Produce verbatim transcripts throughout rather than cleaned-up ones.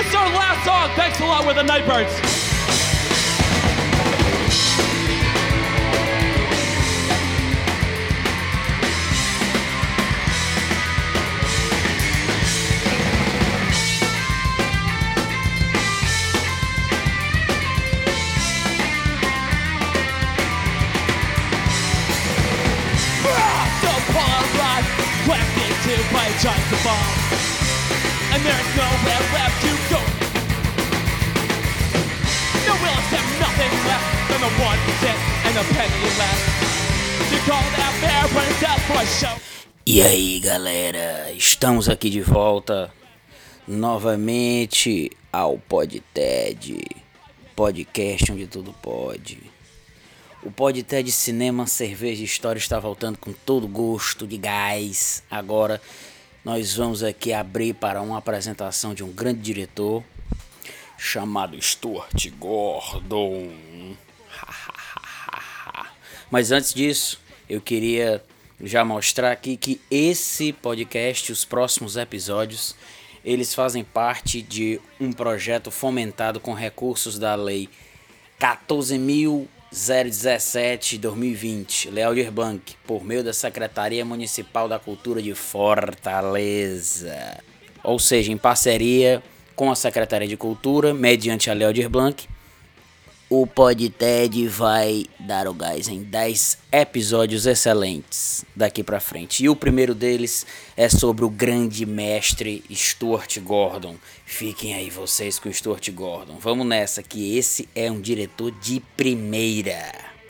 This is our last song. Thanks a lot with the Nightbirds. By just the bomb, and there's nowhere left to go. No will accept nothing less than the one cent and the penny left to call that fair princess for a show. E aí, galera, estamos aqui de volta novamente ao PodTed, podcast onde tudo pode. O PodTed Cinema, Cerveja e História está voltando com todo gosto de gás. Agora nós vamos aqui abrir para uma apresentação de um grande diretor chamado Stuart Gordon. Mas antes disso, eu queria já mostrar aqui que esse podcast, os próximos episódios, eles fazem parte de um projeto fomentado com recursos da Lei quatorze mil dezessete de dois mil e vinte, Lei Aldir Blanc, por meio da Secretaria Municipal da Cultura de Fortaleza. Ou seja, em parceria com a Secretaria de Cultura, mediante a Lei Aldir Blanc, o PodTed vai dar o gás em dez episódios excelentes daqui pra frente. E o primeiro deles é sobre o grande mestre Stuart Gordon. Fiquem aí vocês com o Stuart Gordon. Vamos nessa, que esse é um diretor de primeira.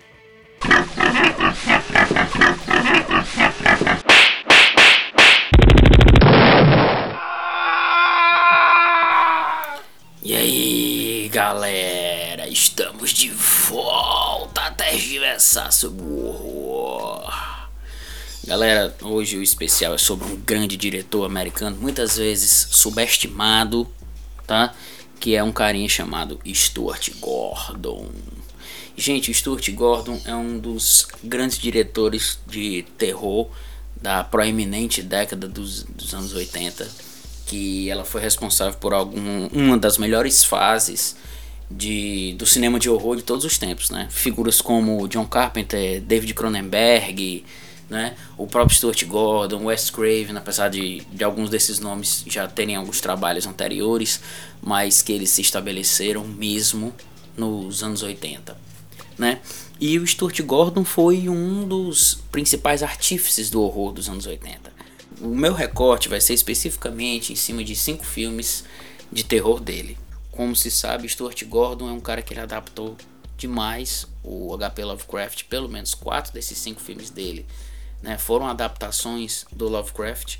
E aí, galera, estamos de volta a tergiversar sobre o horror. Galera, hoje o especial é sobre um grande diretor americano, muitas vezes subestimado, tá? Que é um carinha chamado Stuart Gordon. Gente, o Stuart Gordon é um dos grandes diretores de terror da proeminente década dos, dos anos oitenta. Que ela foi responsável por algum, uma das melhores fases de, do cinema de horror de todos os tempos, né? Figuras como John Carpenter, David Cronenberg, né? O próprio Stuart Gordon, Wes Craven, apesar de, de alguns desses nomes já terem alguns trabalhos anteriores, mas que eles se estabeleceram mesmo nos anos oitenta, né? E o Stuart Gordon foi um dos principais artífices do horror dos anos oitenta. O meu recorte vai ser especificamente em cima de cinco filmes de terror dele. Como se sabe, Stuart Gordon é um cara que ele adaptou demais o H P Lovecraft. Pelo menos quatro desses cinco filmes dele, né, foram adaptações do Lovecraft.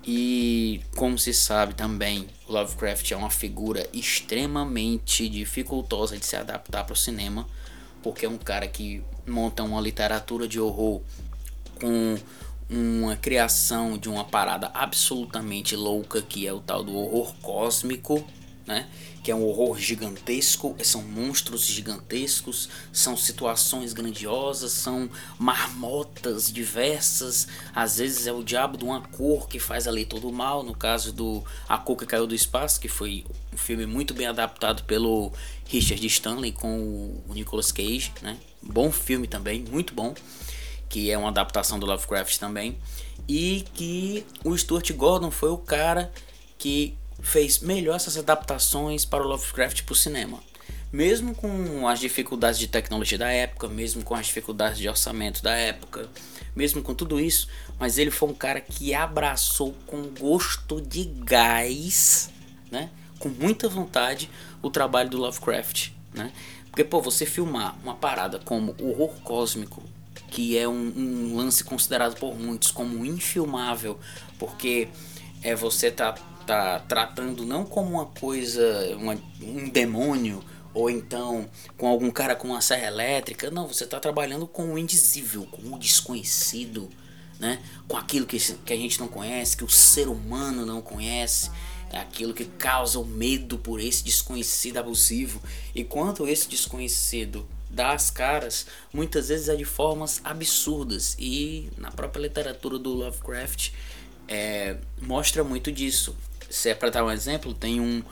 E como se sabe também, o Lovecraft é uma figura extremamente dificultosa de se adaptar para o cinema, porque é um cara que monta uma literatura de horror com uma criação de uma parada absolutamente louca, que é o tal do horror cósmico, né? Que é um horror gigantesco, são monstros gigantescos, são situações grandiosas, são marmotas diversas, às vezes é o diabo de uma cor que faz ali todo o mal, no caso do A Cor que Caiu do Espaço, que foi um filme muito bem adaptado pelo Richard Stanley com o Nicolas Cage, né? Bom filme também, muito bom, que é uma adaptação do Lovecraft também, e que o Stuart Gordon foi o cara que fez melhor essas adaptações para o Lovecraft para o cinema. Mesmo com as dificuldades de tecnologia da época, mesmo com as dificuldades de orçamento da época, mesmo com tudo isso, mas ele foi um cara que abraçou com gosto de gás, né? Com muita vontade, o trabalho do Lovecraft, né? Porque, pô, você filmar uma parada como o horror cósmico, que é um, um lance considerado por muitos como infilmável, porque é, você tá, tá tratando não como uma coisa, uma, um demônio, ou então com algum cara com uma serra elétrica, não, você tá trabalhando com o indizível, com o desconhecido, né? Com aquilo que, que a gente não conhece, que o ser humano não conhece, é aquilo que causa o medo por esse desconhecido abusivo. E quanto esse desconhecido dá as caras, muitas vezes é de formas absurdas, e na própria literatura do Lovecraft é, mostra muito disso. Se é para dar um exemplo, tem um,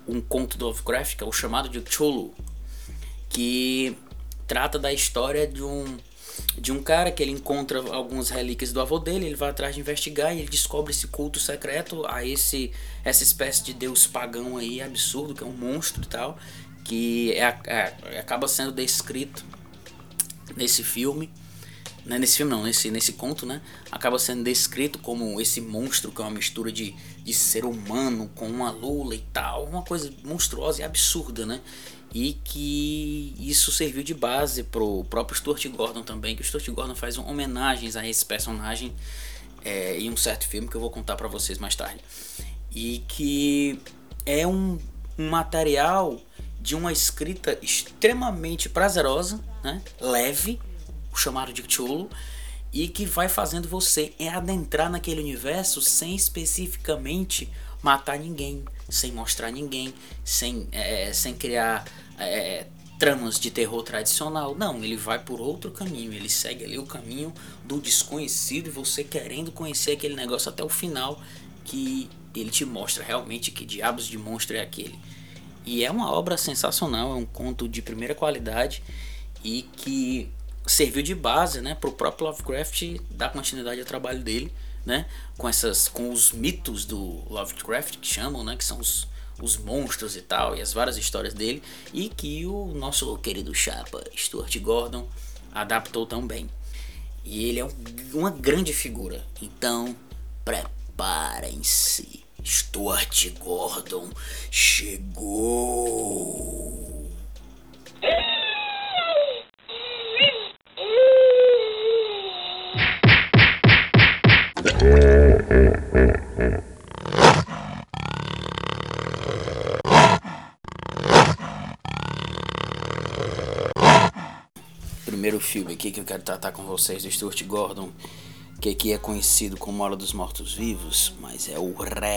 um conto do Lovecraft, que é o Chamado de Cthulhu, que trata da história de um de um cara que ele encontra algumas relíquias do avô dele, ele vai atrás de investigar e ele descobre esse culto secreto a esse essa espécie de deus pagão aí absurdo, que é um monstro e tal, que é, é, acaba sendo descrito nesse filme, né, nesse filme não, nesse, nesse conto, né, acaba sendo descrito como esse monstro que é uma mistura de, de ser humano com uma lula e tal, uma coisa monstruosa e absurda, né, e que isso serviu de base pro próprio Stuart Gordon também, que o Stuart Gordon faz homenagens a esse personagem é, em um certo filme que eu vou contar para vocês mais tarde, e que é um, um material de uma escrita extremamente prazerosa, né, leve, o Chamado de Cthulhu, e que vai fazendo você adentrar naquele universo sem especificamente matar ninguém, sem mostrar ninguém, sem, é, sem criar é, tramas de terror tradicional. Não, ele vai por outro caminho, ele segue ali o caminho do desconhecido e você querendo conhecer aquele negócio até o final, que ele te mostra realmente que diabos de monstro é aquele. E é uma obra sensacional, é um conto de primeira qualidade e que serviu de base, né, para o próprio Lovecraft dar continuidade ao trabalho dele, né, com, essas, com os mitos do Lovecraft, que chamam, né, que são os, os monstros e tal, e as várias histórias dele, e que o nosso querido chapa Stuart Gordon adaptou tão bem. E ele é um, uma grande figura, então preparem-se, Stuart Gordon chegou! Primeiro filme aqui que eu quero tratar com vocês do Stuart Gordon, que aqui é conhecido como Hora dos Mortos-Vivos, mas é o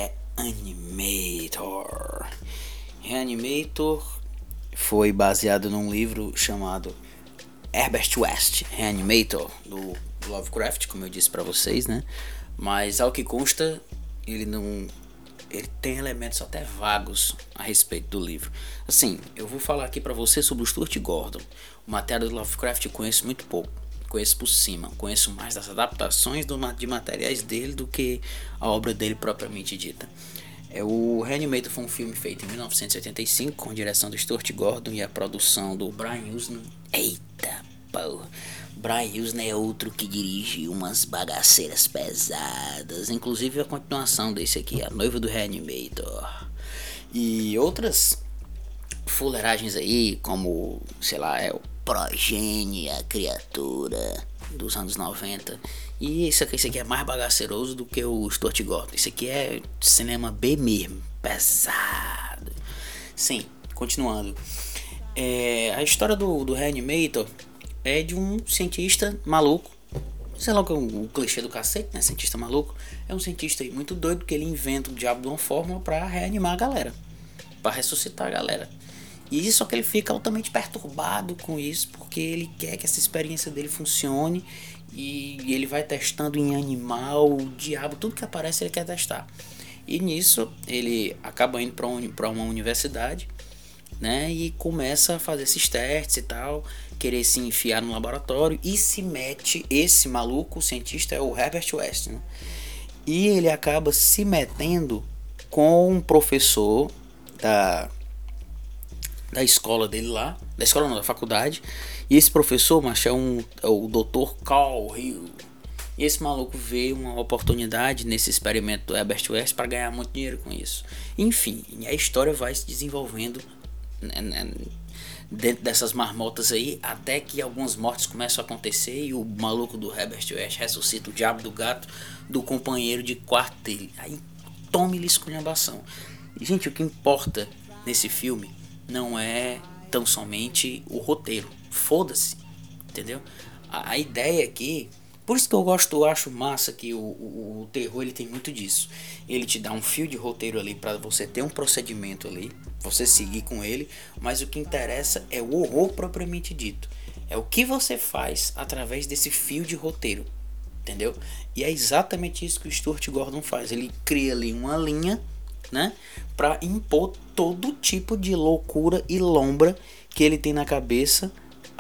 Reanimator. Reanimator foi baseado num livro chamado Herbert West, Reanimator, do Lovecraft, como eu disse pra vocês, né? Mas ao que consta, ele não, ele tem elementos até vagos a respeito do livro. Assim, eu vou falar aqui pra você sobre o Stuart Gordon. O material do Lovecraft eu conheço muito pouco, conheço por cima, conheço mais das adaptações do, de materiais dele do que a obra dele propriamente dita. É, o Reanimator foi um filme feito em mil novecentos e oitenta e cinco com direção do Stuart Gordon e a produção do Brian Usna. Eita porra! Brian Usna é outro que dirige umas bagaceiras pesadas, inclusive a continuação desse aqui, A Noiva do Reanimator, e outras fuleiragens aí, como, sei lá, é o Progenie, a Criatura, dos anos noventa. E isso aqui, isso aqui é mais bagaceiroso do que o Stuart Gordon. Isso aqui é cinema B mesmo, pesado. Sim, continuando. É, a história do, do Reanimator é de um cientista maluco. Sei lá o que é o, o clichê do cacete, né? Cientista maluco. É um cientista aí muito doido que ele inventa o diabo de uma fórmula pra reanimar a galera, pra ressuscitar a galera. E só que ele fica altamente perturbado com isso, porque ele quer que essa experiência dele funcione. E ele vai testando em animal, o diabo, tudo que aparece ele quer testar. E nisso ele acaba indo para um, uma universidade, né? E começa a fazer esses testes e tal, querer se enfiar no laboratório. E se mete, esse maluco, o cientista é o Herbert West, né? E ele acaba se metendo com um professor da... da escola dele lá, da escola não, da faculdade, e esse professor, macho, é, um, é o doutor Carl Hill, e esse maluco vê uma oportunidade nesse experimento do Herbert West para ganhar muito dinheiro com isso. Enfim, a história vai se desenvolvendo, né, né, dentro dessas marmotas aí, até que algumas mortes começam a acontecer e o maluco do Herbert West ressuscita o diabo do gato do companheiro de quarto dele. Aí tome-lhe esculhambação. E, gente, o que importa nesse filme não é tão somente o roteiro. Foda-se, entendeu? A, a ideia aqui, por isso que eu gosto, eu acho massa que o, o, o terror ele tem muito disso. Ele te dá um fio de roteiro ali para você ter um procedimento ali, você seguir com ele, mas o que interessa é o horror propriamente dito. É o que você faz através desse fio de roteiro, entendeu? E é exatamente isso que o Stuart Gordon faz. Ele cria ali uma linha né, para impor todo tipo de loucura e lombra que ele tem na cabeça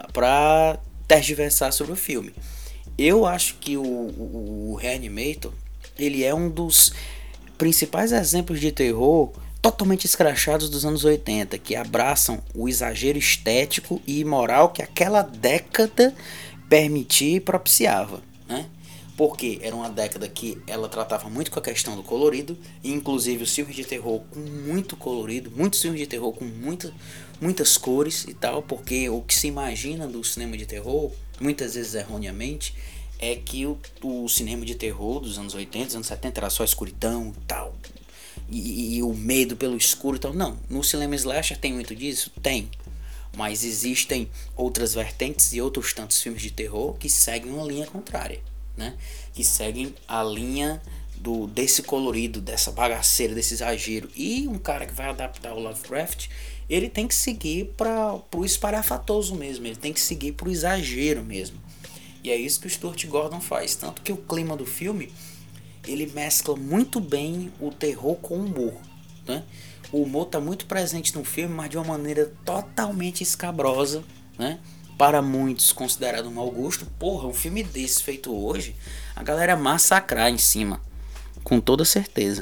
para tergiversar sobre o filme. Eu acho que o, o, o Reanimator, ele é um dos principais exemplos de terror totalmente escrachados dos anos oitenta, que abraçam o exagero estético e imoral que aquela década permitia e propiciava, né? Porque era uma década que ela tratava muito com a questão do colorido, e inclusive os filmes de terror com muito colorido, muitos filmes de terror com muita, muitas cores e tal, porque o que se imagina do cinema de terror, muitas vezes erroneamente, é que o, o cinema de terror dos anos oitenta, dos anos setenta era só escuridão e tal, e, e, e o medo pelo escuro e tal. Não, no cinema slasher tem muito disso? Tem. Mas existem outras vertentes e outros tantos filmes de terror que seguem uma linha contrária, né? Que seguem a linha do, desse colorido, dessa bagaceira, desse exagero. E um cara que vai adaptar o Lovecraft, ele tem que seguir para o espalhafatoso mesmo, ele tem que seguir para o exagero mesmo. E é isso que o Stuart Gordon faz. Tanto que o clima do filme, ele mescla muito bem o terror com o humor, né? O humor está muito presente no filme, mas de uma maneira totalmente escabrosa, né? Para muitos considerado um mau gosto. Porra, um filme desse feito hoje, a galera massacrar em cima, com toda certeza.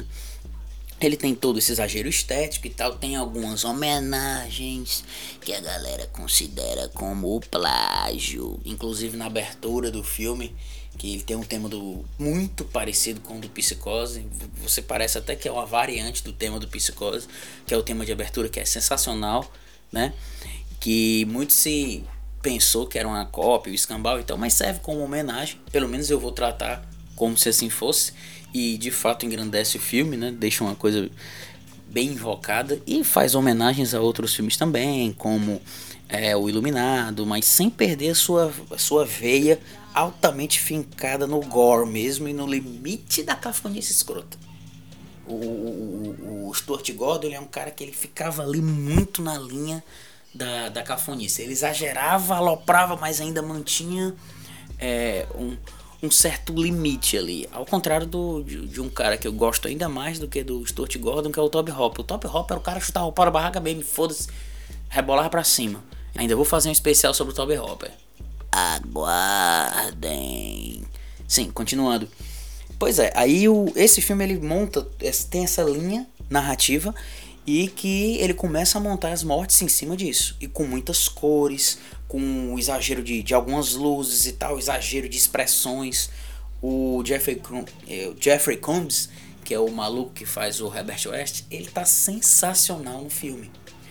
Ele tem todo esse exagero estético e tal, tem algumas homenagens que a galera considera como plágio. Inclusive na abertura do filme, que ele tem um tema do, muito parecido com o do Psicose. Você parece até que é uma variante do tema do Psicose, que é o tema de abertura, que é sensacional, né? Que muito se pensou que era uma cópia, o escambau e tal, mas serve como homenagem. Pelo menos eu vou tratar como se assim fosse. E de fato engrandece o filme, né? Deixa uma coisa bem invocada e faz homenagens a outros filmes também, como é, O Iluminado, mas sem perder a sua, a sua veia altamente fincada no gore mesmo e no limite da cafonice escrota. O, o, o Stuart Gordon, ele é um cara que ele ficava ali muito na linha da, da cafonice. Ele exagerava, aloprava, mas ainda mantinha é, um, um certo limite ali. Ao contrário do, de, de um cara que eu gosto ainda mais do que do Stuart Gordon, que é o Tobe Hooper. O Tobe Hooper era o cara que chutava o pau da barraca mesmo, foda-se, rebolava pra cima. Ainda vou fazer um especial sobre o Tobe Hooper. Aguardem. Sim, continuando. Pois é, aí o, esse filme ele monta, tem essa linha narrativa e que ele começa a montar as mortes em cima disso. E com muitas cores, com o exagero de, de algumas luzes e tal, exagero de expressões. O Jeffrey, o Jeffrey Combs, que é o maluco que faz o Herbert West, ele tá sensacional no filme.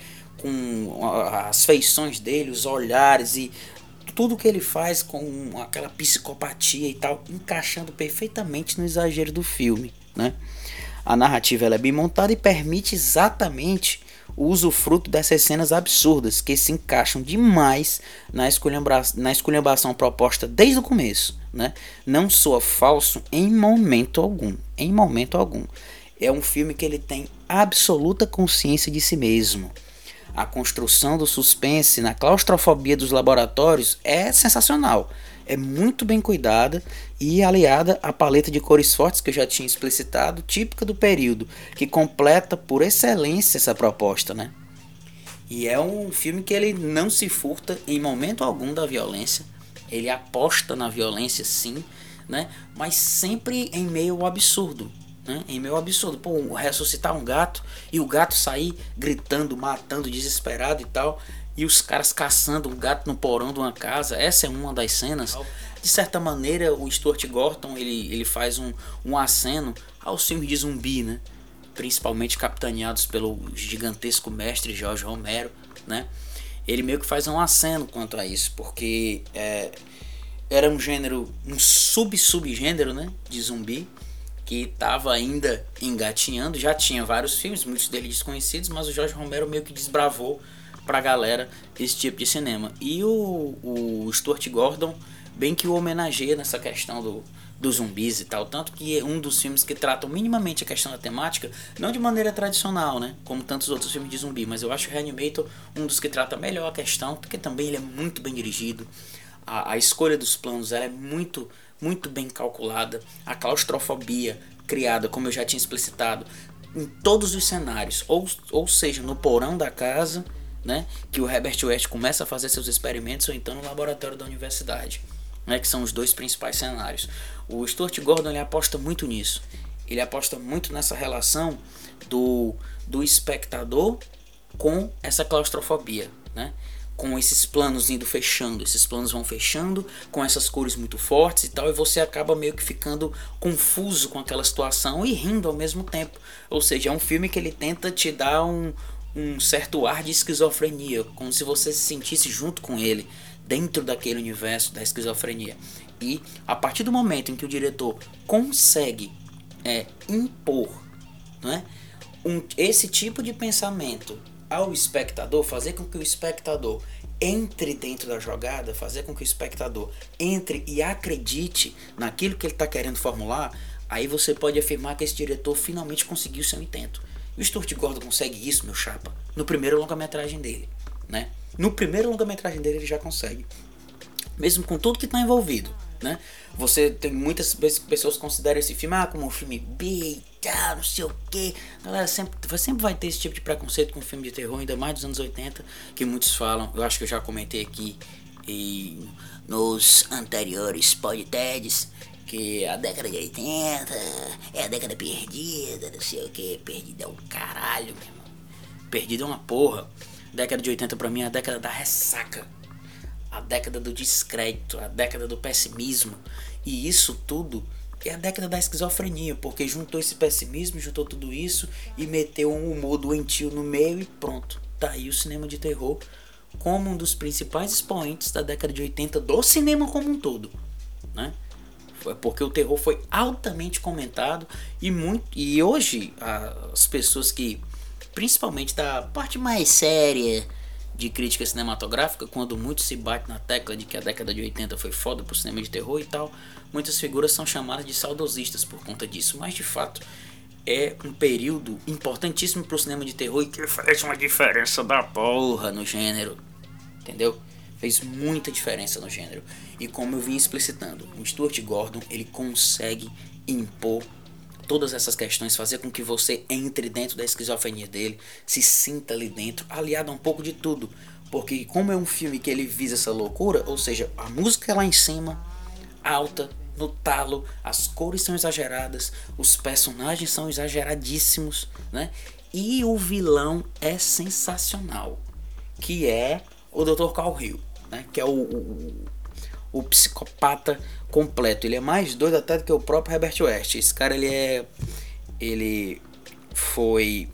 Com as feições dele, os olhares e tudo que ele faz com aquela psicopatia e tal, encaixando perfeitamente no exagero do filme, né? A narrativa ela é bem montada e permite exatamente o usufruto dessas cenas absurdas que se encaixam demais na, esculhamba, na esculhambação proposta desde o começo, né? Não soa falso em momento algum, em momento algum. É um filme que ele tem absoluta consciência de si mesmo. A construção do suspense na claustrofobia dos laboratórios é sensacional. É muito bem cuidada e aliada à paleta de cores fortes que eu já tinha explicitado, típica do período, que completa por excelência essa proposta, né? E é um filme que ele não se furta em momento algum da violência. Ele aposta na violência sim, né? Mas sempre em meio ao absurdo. Né? Em meio absurdo, pô, ressuscitar um gato e o gato sair gritando, matando, desesperado e tal, e os caras caçando um gato no porão de uma casa. Essa é uma das cenas. De certa maneira, o Stuart Gordon ele, ele faz um, um aceno aos filmes de zumbi, né? Principalmente capitaneados pelo gigantesco mestre George Romero, né? Ele meio que faz um aceno quanto a isso, porque é, era um gênero, um sub-subgênero, né, de zumbi, que estava ainda engatinhando. Já tinha vários filmes, muitos deles desconhecidos, mas o Jorge Romero meio que desbravou pra galera esse tipo de cinema. E o, o Stuart Gordon bem que o homenageia nessa questão do, dos zumbis e tal, tanto que é um dos filmes que tratam minimamente a questão da temática, não de maneira tradicional, né, como tantos outros filmes de zumbi, mas eu acho o Reanimator um dos que trata melhor a questão, porque também ele é muito bem dirigido. A, a escolha dos planos ela é muito muito bem calculada. A claustrofobia criada, como eu já tinha explicitado, em todos os cenários, ou, ou seja, no porão da casa, né, que o Herbert West começa a fazer seus experimentos, ou então no laboratório da universidade, né, que são os dois principais cenários. O Stuart Gordon ele aposta muito nisso, ele aposta muito nessa relação do, do espectador com essa claustrofobia, né? Com esses planos indo fechando, esses planos vão fechando com essas cores muito fortes e tal, e você acaba meio que ficando confuso com aquela situação e rindo ao mesmo tempo. Ou seja, é um filme que ele tenta te dar um, um certo ar de esquizofrenia, como se você se sentisse junto com ele, dentro daquele universo da esquizofrenia. E a partir do momento em que o diretor consegue é, impor, né, um, esse tipo de pensamento ao espectador, fazer com que o espectador entre dentro da jogada, fazer com que o espectador entre e acredite naquilo que ele está querendo formular, aí você pode afirmar que esse diretor finalmente conseguiu seu intento. E o Stuart Gordon consegue isso, meu chapa, no primeiro longa-metragem dele, né? No primeiro longa-metragem dele ele já consegue, mesmo com tudo que está envolvido, né? Você tem muitas pessoas que consideram esse filme ah, como um filme B e tal, não sei o que. Galera, sempre, sempre vai ter esse tipo de preconceito com filme de terror, ainda mais dos anos oitenta, que muitos falam. Eu acho que eu já comentei aqui e nos anteriores podcasts que a década de oitenta é a década perdida, não sei o que. Perdida é o caralho, meu irmão. Perdida é uma porra. Década de oitenta pra mim é a década da ressaca, a década do descrédito, a década do pessimismo. E isso tudo é a década da esquizofrenia, porque juntou esse pessimismo, juntou tudo isso e meteu um humor doentio no meio e pronto. Tá aí o cinema de terror como um dos principais expoentes da década de oitenta do cinema como um todo, né? Foi porque o terror foi altamente comentado e, muito, e hoje as pessoas que, principalmente da parte mais séria de crítica cinematográfica, quando muito se bate na tecla de que a década de oitenta foi foda pro cinema de terror e tal, muitas figuras são chamadas de saudosistas por conta disso, mas de fato é um período importantíssimo pro cinema de terror e que faz uma diferença da porra no gênero, entendeu? Fez muita diferença no gênero. E como eu vim explicitando, o Stuart Gordon ele consegue impor todas essas questões, fazer com que você entre dentro da esquizofrenia dele, se sinta ali dentro, aliado a um pouco de tudo, porque como é um filme que ele visa essa loucura, ou seja, a música é lá em cima, alta, no talo, as cores são exageradas, os personagens são exageradíssimos, né? E o vilão é sensacional, que é o doutor Carl Hill, né? Que é o, o, o psicopata completo. Ele é mais doido até do que o próprio Herbert West. Esse cara ele é ele foi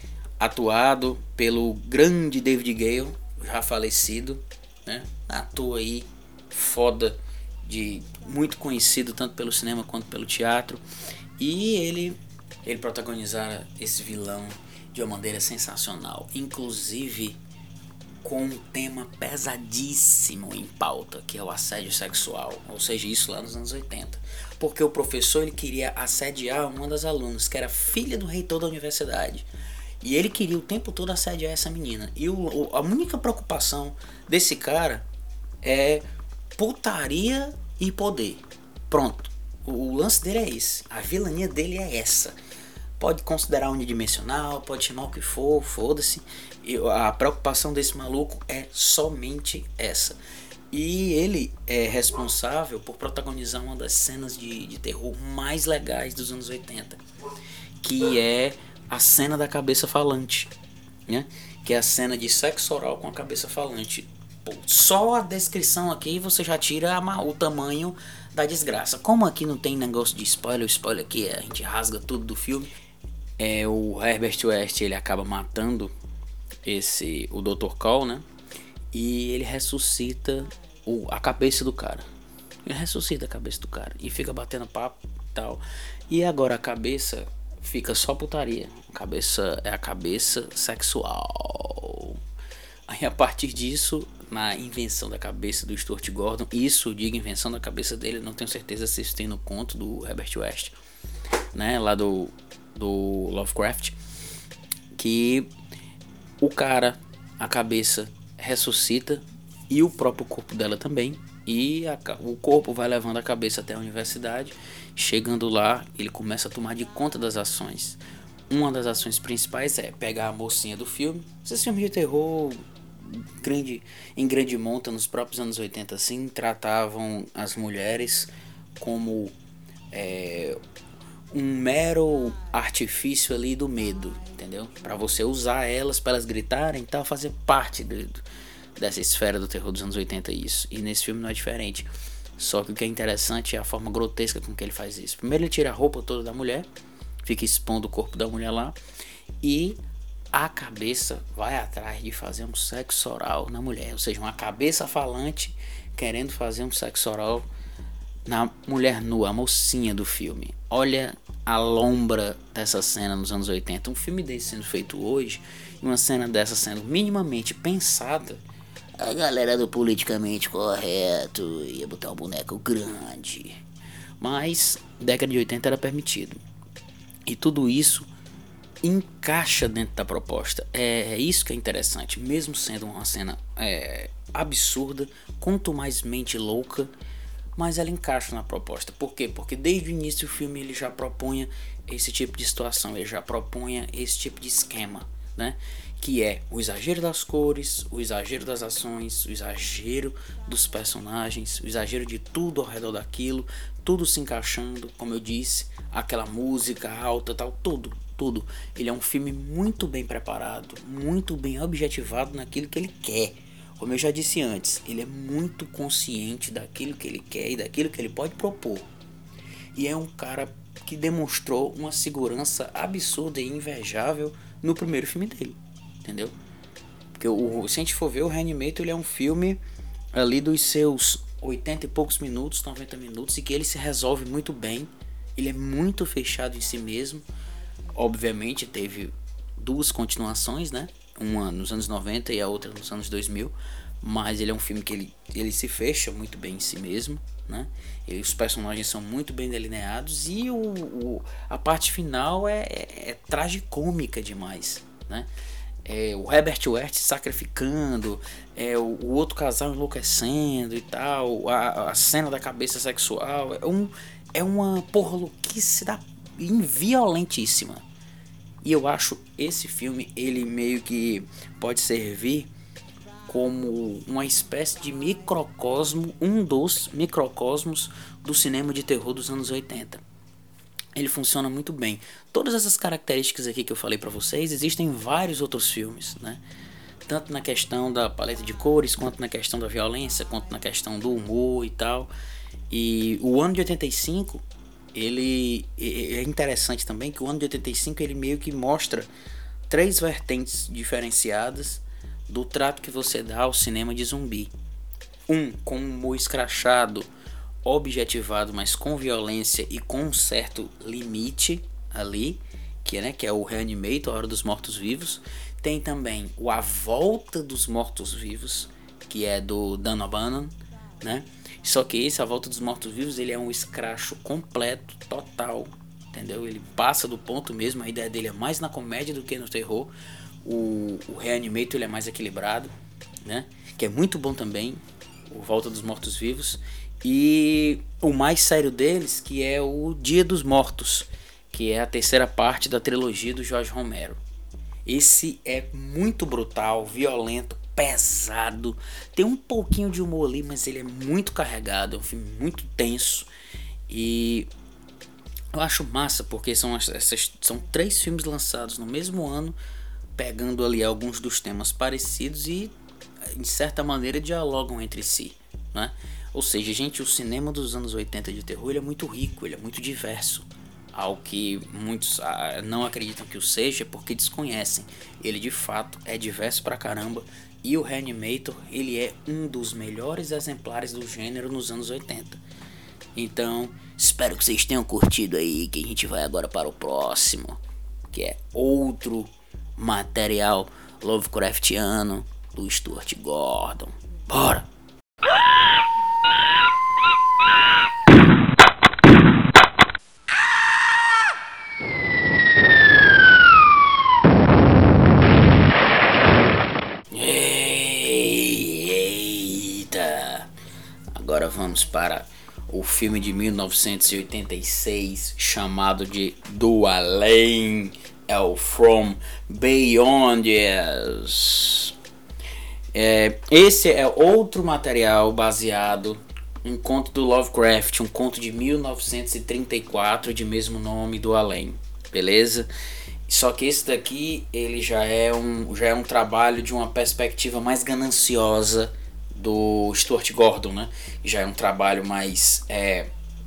atuado pelo grande David Gale, já falecido, né? Ator aí foda, de muito conhecido tanto pelo cinema quanto pelo teatro, e ele ele protagonizar esse vilão de uma maneira sensacional, inclusive com um tema pesadíssimo em pauta, que é o assédio sexual, ou seja, isso lá nos anos oitenta, porque o professor ele queria assediar uma das alunas, que era filha do reitor da universidade, e ele queria o tempo todo assediar essa menina, e o, o, a única preocupação desse cara é putaria e poder. Pronto, o, o lance dele é esse, a vilania dele é essa. Pode considerar unidimensional, pode chamar o que for, foda-se. A preocupação desse maluco é somente essa. E ele é responsável por protagonizar uma das cenas de, de terror mais legais dos anos oitenta, que é a cena da cabeça falante, né? Que é a cena de sexo oral com a cabeça falante. Pô, só a descrição aqui você já tira a, o tamanho da desgraça. Como aqui não tem negócio de spoiler, o spoiler aqui a gente rasga tudo do filme. É, o Herbert West ele acaba matando esse o doutor Call, né? E ele ressuscita o, a cabeça do cara. Ele ressuscita a cabeça do cara e fica batendo papo e tal. E agora a cabeça fica só putaria. A cabeça é a cabeça sexual. Aí a partir disso, na invenção da cabeça do Stuart Gordon, isso, digo invenção da cabeça dele, não tenho certeza se isso tem no conto do Herbert West, né? Lá do do Lovecraft, que o cara, a cabeça ressuscita e o próprio corpo dela também, e a, o corpo vai levando a cabeça até a universidade. Chegando lá, ele começa a tomar de conta das ações. uma das ações principais é pegar a mocinha do filme. Esses filmes de terror grande, em grande monta nos próprios anos oitenta assim, tratavam as mulheres como é, um mero artifício ali do medo, entendeu? Para você usar elas, para elas gritarem e tal, fazer parte do, do, dessa esfera do terror dos anos oitenta, isso. E nesse filme não é diferente. Só que o que é interessante é a forma grotesca com que ele faz isso. Primeiro ele tira a roupa toda da mulher, fica expondo o corpo da mulher lá, e a cabeça vai atrás de fazer um sexo oral na mulher. Ou seja, uma cabeça falante querendo fazer um sexo oral na mulher nua, a mocinha do filme. Olha a lombra dessa cena nos anos oitenta. Um filme desse sendo feito hoje, e uma cena dessa sendo minimamente pensada, a galera do politicamente correto ia botar um boneco grande. Mas década de oitenta era permitido. E tudo isso encaixa dentro da proposta. É isso que é interessante. Mesmo sendo uma cena é, absurda, quanto mais mente louca, mas ela encaixa na proposta. Por quê? Porque desde o início do filme ele já propunha esse tipo de situação, ele já propunha esse tipo de esquema, né? Que é o exagero das cores, o exagero das ações, o exagero dos personagens, o exagero de tudo ao redor daquilo, tudo se encaixando, como eu disse, aquela música alta, tal, tudo, tudo. Ele é um filme muito bem preparado, muito bem objetivado naquilo que ele quer. Como eu já disse antes, ele é muito consciente daquilo que ele quer e daquilo que ele pode propor. E é um cara que demonstrou uma segurança absurda e invejável no primeiro filme dele, entendeu? Porque o, se a gente for ver, o Reanimator, ele é um filme ali dos seus oitenta e poucos minutos, noventa minutos, e que ele se resolve muito bem. Ele é muito fechado em si mesmo. Obviamente teve duas continuações, né? Uma nos anos noventa e a outra nos anos dois mil, mas ele é um filme que ele, ele se fecha muito bem em si mesmo, né? E os personagens são muito bem delineados, e o, o, a parte final é, é, é tragicômica demais, né? É, o Herbert West se sacrificando, é, o, o outro casal enlouquecendo e tal, a, a cena da cabeça sexual, é, um, é uma porra louquice da, violentíssima. E eu acho esse filme, ele meio que pode servir como uma espécie de microcosmo, um dos microcosmos do cinema de terror dos anos oitenta. Ele funciona muito bem. Todas essas características aqui que eu falei pra vocês, existem em vários outros filmes, né? Tanto na questão da paleta de cores, quanto na questão da violência, quanto na questão do humor e tal. E o ano de oitenta e cinco... ele é interessante também que o ano de oitenta e cinco ele meio que mostra três vertentes diferenciadas do trato que você dá ao cinema de zumbi. Um com um humor escrachado, objetivado, mas com violência e com um certo limite ali, que é, né, que é o Reanimator, a Hora dos Mortos-Vivos. Tem também o A Volta dos Mortos-Vivos, que é do Dan O'Bannon, né? Só que esse, A Volta dos Mortos-Vivos, ele é um escracho completo, total, entendeu? Ele passa do ponto mesmo, a ideia dele é mais na comédia do que no terror. O, o Reanimator, ele é mais equilibrado, né? Que é muito bom também, o Volta dos Mortos-Vivos. E o mais sério deles, que é o Dia dos Mortos, que é a terceira parte da trilogia do Jorge Romero. Esse é muito brutal, violento, pesado, tem um pouquinho de humor ali, mas ele é muito carregado, é um filme muito tenso. E eu acho massa porque são, essas, são três filmes lançados no mesmo ano, pegando ali alguns dos temas parecidos e em certa maneira dialogam entre si, né? Ou seja, gente, o cinema dos anos oitenta de terror, ele é muito rico, ele é muito diverso, ao que muitos ah, não acreditam que o seja porque desconhecem. Ele de fato é diverso pra caramba. E o Reanimator, ele é um dos melhores exemplares do gênero nos anos oitenta. Então, espero que vocês tenham curtido aí, que a gente vai agora para o próximo, que é outro material Lovecraftiano do Stuart Gordon. Bora! Agora vamos para o filme de mil novecentos e oitenta e seis chamado de Do Além, é o From Beyond Yes. É, esse é outro material baseado em conto do Lovecraft, um conto de mil novecentos e trinta e quatro de mesmo nome, do além, beleza? Só que esse daqui ele já é um, já é um trabalho de uma perspectiva mais gananciosa do Stuart Gordon, né? Já é um trabalho mais é,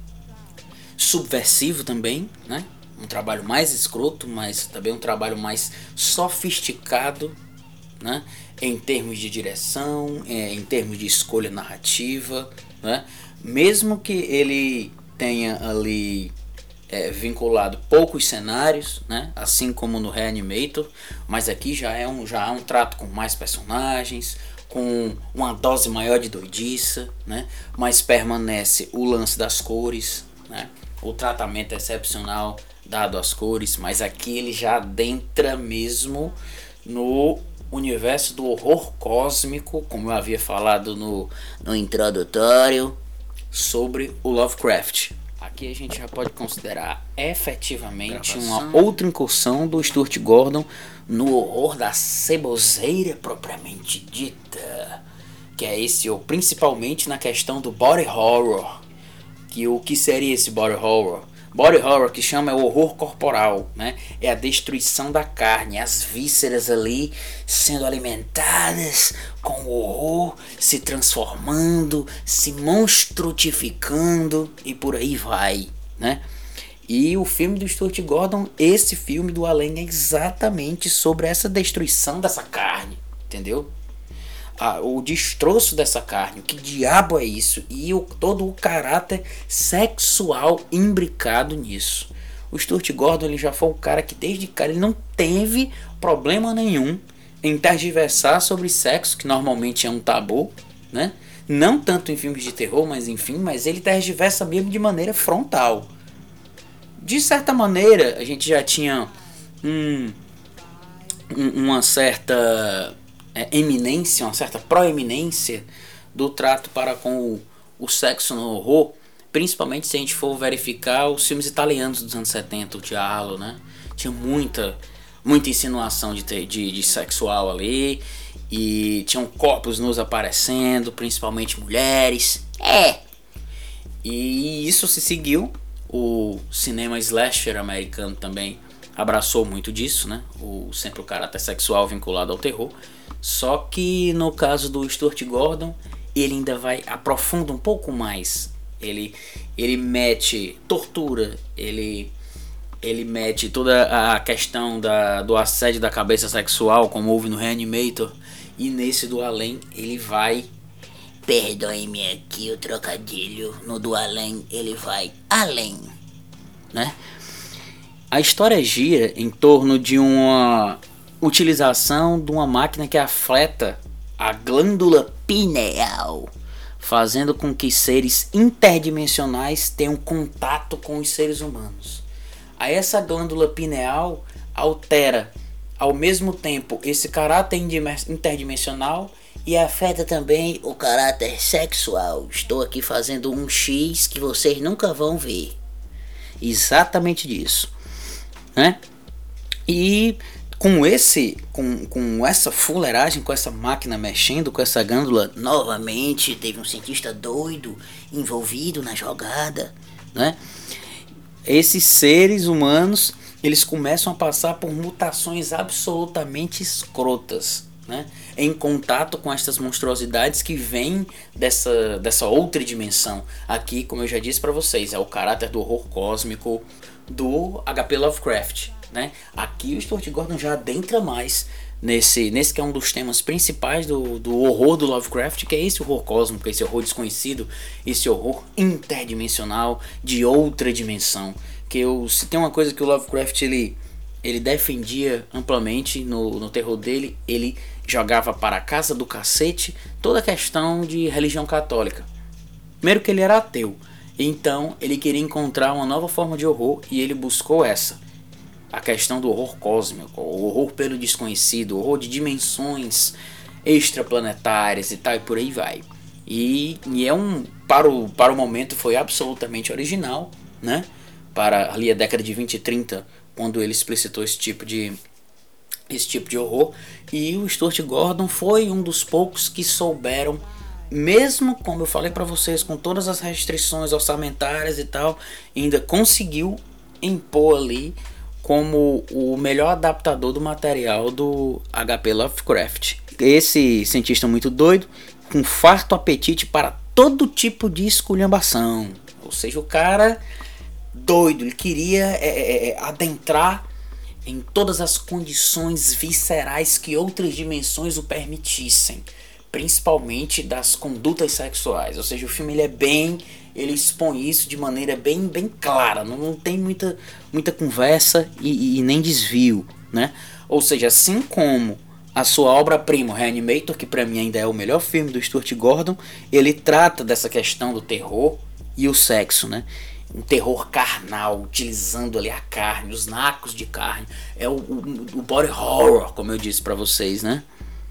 subversivo também, né? Um trabalho mais escroto, mas também um trabalho mais sofisticado, né? Em termos de direção, é, em termos de escolha narrativa, né? Mesmo que ele tenha ali é, vinculado poucos cenários, né? Assim como no Reanimator, mas aqui já é um, já é um trato com mais personagens, com uma dose maior de doidiça, né? Mas permanece o lance das cores, né? O tratamento excepcional dado às cores, mas aqui ele já adentra mesmo no universo do horror cósmico, como eu havia falado no, no introdutório sobre o Lovecraft. Aqui a gente já pode considerar efetivamente Gravação. uma outra incursão do Stuart Gordon no horror da ceboseira propriamente dita, que é esse, ou principalmente na questão do body horror. Que o que seria esse body horror? Body horror, que chama, é o horror corporal, né? É a destruição da carne, as vísceras ali sendo alimentadas com o horror, se transformando, se monstrutificando e por aí vai, né? E o filme do Stuart Gordon, esse filme do além, é exatamente sobre essa destruição dessa carne, entendeu? Ah, o destroço dessa carne, o que diabo é isso? E o, todo o caráter sexual imbricado nisso. O Stuart Gordon, ele já foi o cara que desde cara ele não teve problema nenhum em tergiversar sobre sexo, que normalmente é um tabu, né? Não tanto em filmes de terror, mas enfim, mas ele tergiversa mesmo de maneira frontal. De certa maneira, a gente já tinha um, um, uma certa é, eminência, uma certa proeminência do trato para com o, o sexo no horror, principalmente se a gente for verificar os filmes italianos dos anos setenta, o Giallo, né? Tinha muita, muita insinuação de, ter, de, de sexual ali, e tinham corpos nos aparecendo, principalmente mulheres. É! E isso se seguiu. O cinema slasher americano também abraçou muito disso, né? O, sempre o caráter sexual vinculado ao terror. Só que no caso do Stuart Gordon, ele ainda vai, aprofunda um pouco mais. Ele, ele mete tortura, ele, ele mete toda a questão da, do assédio da cabeça sexual, como houve no Reanimator. E nesse do além, ele vai... Perdoe-me aqui o trocadilho. No do além, ele vai além, né? A história gira em torno de uma utilização de uma máquina que afeta a glândula pineal, fazendo com que seres interdimensionais tenham contato com os seres humanos. Aí essa glândula pineal altera ao mesmo tempo esse caráter interdimensional e afeta também o caráter sexual. Estou aqui fazendo um X que vocês nunca vão ver. Exatamente disso, né? E com esse, com, com essa fuleiragem, com essa máquina mexendo, com essa glândula, novamente teve um cientista doido envolvido na jogada, né? Esses seres humanos, eles começam a passar por mutações absolutamente escrotas, né? Em contato com estas monstruosidades que vêm dessa, dessa outra dimensão. Aqui, como eu já disse para vocês, é o caráter do horror cósmico do H P Lovecraft, né? Aqui o Stuart Gordon já adentra mais nesse, nesse que é um dos temas principais do, do horror do Lovecraft, que é esse horror cósmico, esse horror desconhecido, esse horror interdimensional de outra dimensão. Que eu, se tem uma coisa que o Lovecraft ele, ele defendia amplamente no, no terror dele, ele jogava para a casa do cacete toda a questão de religião católica. Primeiro que ele era ateu, então ele queria encontrar uma nova forma de horror e ele buscou essa, a questão do horror cósmico, o horror pelo desconhecido, o horror de dimensões extraplanetárias e tal, e por aí vai. E, e é um, para o, para o momento foi absolutamente original, né? Para ali a década de vinte e trinta, quando ele explicitou esse tipo de esse tipo de horror, e o Stuart Gordon foi um dos poucos que souberam, mesmo como eu falei para vocês, com todas as restrições orçamentárias e tal, ainda conseguiu impor ali como o melhor adaptador do material do H P Lovecraft. Esse cientista muito doido, com farto apetite para todo tipo de esculhambação, ou seja, o cara doido, ele queria é, é, adentrar em todas as condições viscerais que outras dimensões o permitissem, principalmente das condutas sexuais. Ou seja, o filme ele é bem, ele expõe isso de maneira bem, bem clara, não, não tem muita, muita conversa e, e nem desvio, né? Ou seja, assim como a sua obra-prima, Reanimator, que para mim ainda é o melhor filme do Stuart Gordon, ele trata dessa questão do terror e o sexo, né? Um terror carnal, utilizando ali a carne, os nacos de carne. É o, o, o body horror, como eu disse pra vocês, né?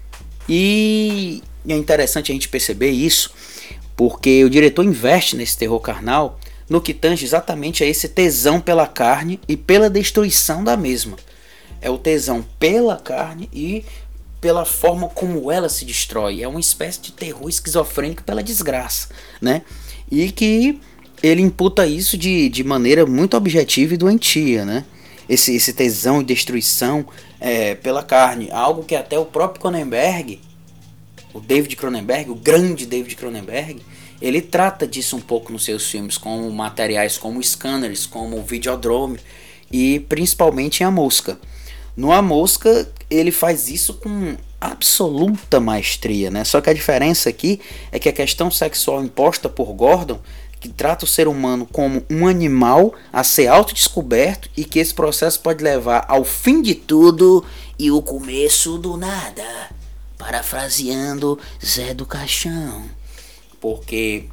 E é interessante a gente perceber isso, porque o diretor investe nesse terror carnal no que tange exatamente a esse tesão pela carne e pela destruição da mesma. É o tesão pela carne e pela forma como ela se destrói. É uma espécie de terror esquizofrênico pela desgraça, né? E que ele imputa isso de, de maneira muito objetiva e doentia, né? Esse, esse tesão e destruição é, pela carne. Algo que até o próprio Cronenberg, o David Cronenberg, o grande David Cronenberg, ele trata disso um pouco nos seus filmes, com materiais como Scanners, como o Videodrome e principalmente em A Mosca. No A Mosca, ele faz isso com absoluta maestria, né? Só que a diferença aqui é que a questão sexual imposta por Gordon, que trata o ser humano como um animal a ser autodescoberto, e que esse processo pode levar ao fim de tudo e o começo do nada, parafraseando Zé do Caixão. Porque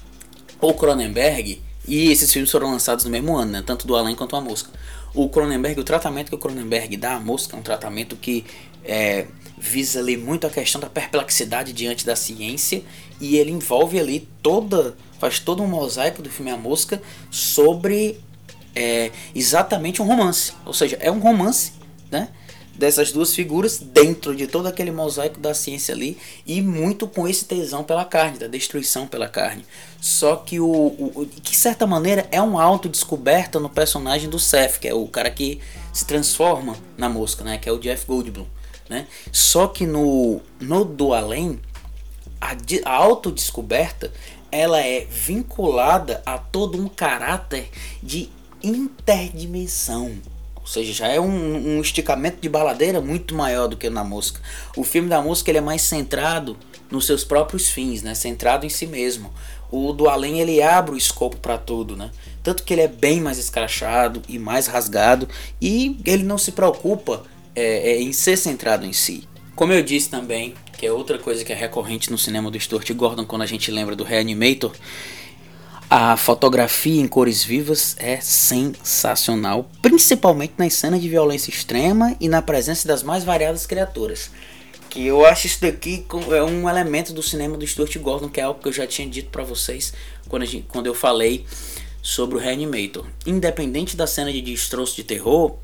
o Cronenberg, e esses filmes foram lançados no mesmo ano, né? Tanto do Além quanto A Mosca. O Cronenberg, o tratamento que o Cronenberg dá à Mosca é um tratamento que é, visa ali muito a questão da perplexidade diante da ciência, e ele envolve ali toda, faz todo um mosaico do filme A Mosca sobre é, exatamente um romance, ou seja, é um romance, né, dessas duas figuras dentro de todo aquele mosaico da ciência ali, e muito com esse tesão pela carne, da destruição pela carne. Só que o, o que de certa maneira é uma autodescoberta no personagem do Seth, que é o cara que se transforma na mosca, né, que é o Jeff Goldblum, né? Só que no, no do Além, a, a autodescoberta ela é vinculada a todo um caráter de interdimensão. Ou seja, já é um, um esticamento de baladeira muito maior do que na Mosca. O filme da Mosca ele é mais centrado nos seus próprios fins, né? Centrado em si mesmo. O do Além ele abre o escopo para tudo, né? Tanto que ele é bem mais escrachado e mais rasgado, e ele não se preocupa é, é, em ser centrado em si. Como eu disse também, que é outra coisa que é recorrente no cinema do Stuart Gordon quando a gente lembra do Reanimator, a fotografia em cores vivas é sensacional, principalmente nas cenas de violência extrema e na presença das mais variadas criaturas. Que eu acho isso daqui é um elemento do cinema do Stuart Gordon, que é algo que eu já tinha dito para vocês quando, a gente, quando eu falei sobre o Reanimator. Independente da cena de destroço de terror,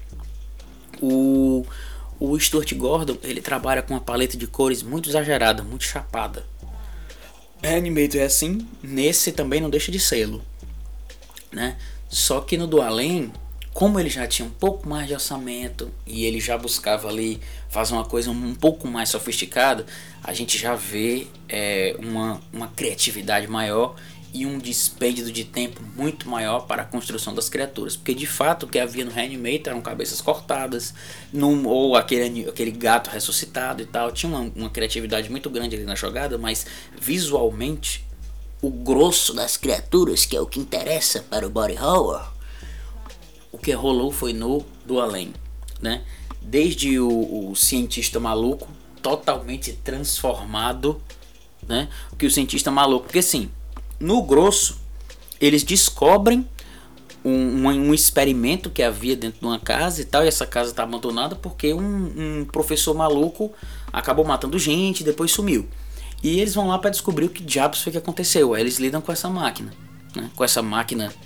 o, o Stuart Gordon ele trabalha com uma paleta de cores muito exagerada, muito chapada. Reanimator é assim, nesse também não deixa de sê-lo, né? Só que no do Além, como ele já tinha um pouco mais de orçamento e ele já buscava ali fazer uma coisa um pouco mais sofisticada, a gente já vê é, uma, uma criatividade maior e um dispêndio de tempo muito maior para a construção das criaturas, porque de fato o que havia no Reanimator eram cabeças cortadas, num, ou aquele, aquele gato ressuscitado e tal. Tinha uma, uma criatividade muito grande ali na jogada, mas visualmente o grosso das criaturas, que é o que interessa para o body horror, o que rolou foi no do Além, né? Desde o, o cientista maluco totalmente transformado, né? O que o cientista maluco, porque assim, no grosso, eles descobrem um, um, um experimento que havia dentro de uma casa e tal, e essa casa está abandonada porque um, um professor maluco acabou matando gente e depois sumiu. E eles vão lá para descobrir o que diabos foi que aconteceu. Aí eles lidam com essa máquina, né? Com essa máquina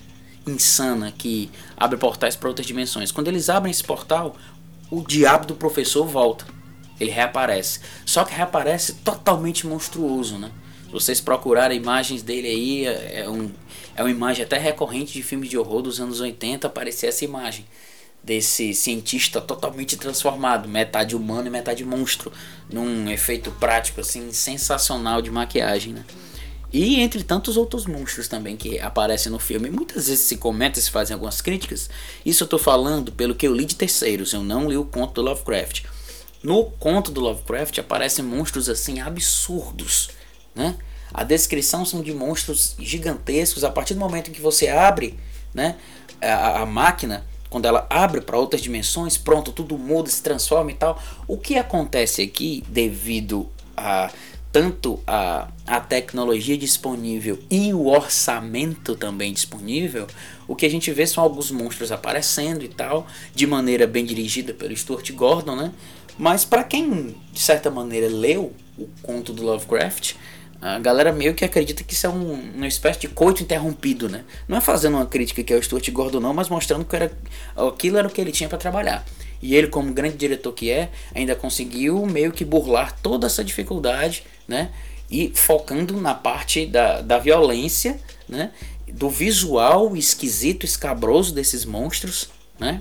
insana que abre portais para outras dimensões. Quando eles abrem esse portal, o diabo do professor volta. Ele reaparece. Só que reaparece totalmente monstruoso, né? Se vocês procurarem imagens dele aí, é, um, é uma imagem até recorrente de filmes de horror dos anos oitenta, aparecer essa imagem desse cientista totalmente transformado, metade humano e metade monstro, num efeito prático assim sensacional de maquiagem, né? E entre tantos outros monstros também que aparecem no filme. Muitas vezes se comenta, se fazem algumas críticas. Isso eu tô falando pelo que eu li de terceiros, eu não li o conto do Lovecraft. No conto do Lovecraft aparecem monstros assim absurdos, né? A descrição são de monstros gigantescos. A partir do momento em que você abre, né, a, a máquina, quando ela abre para outras dimensões, pronto, tudo muda, se transforma e tal. O que acontece aqui, devido a tanto a, a tecnologia disponível e o orçamento também disponível, o que a gente vê são alguns monstros aparecendo e tal, de maneira bem dirigida pelo Stuart Gordon, né? Mas para quem de certa maneira leu o conto do Lovecraft, a galera meio que acredita que isso é um, uma espécie de coito interrompido, né? Não é fazendo uma crítica que é o Stuart Gordon não, mas mostrando que era, aquilo era o que ele tinha para trabalhar. E ele, como grande diretor que é, ainda conseguiu meio que burlar toda essa dificuldade, né? E focando na parte da, da violência, né? Do visual esquisito, escabroso desses monstros, né?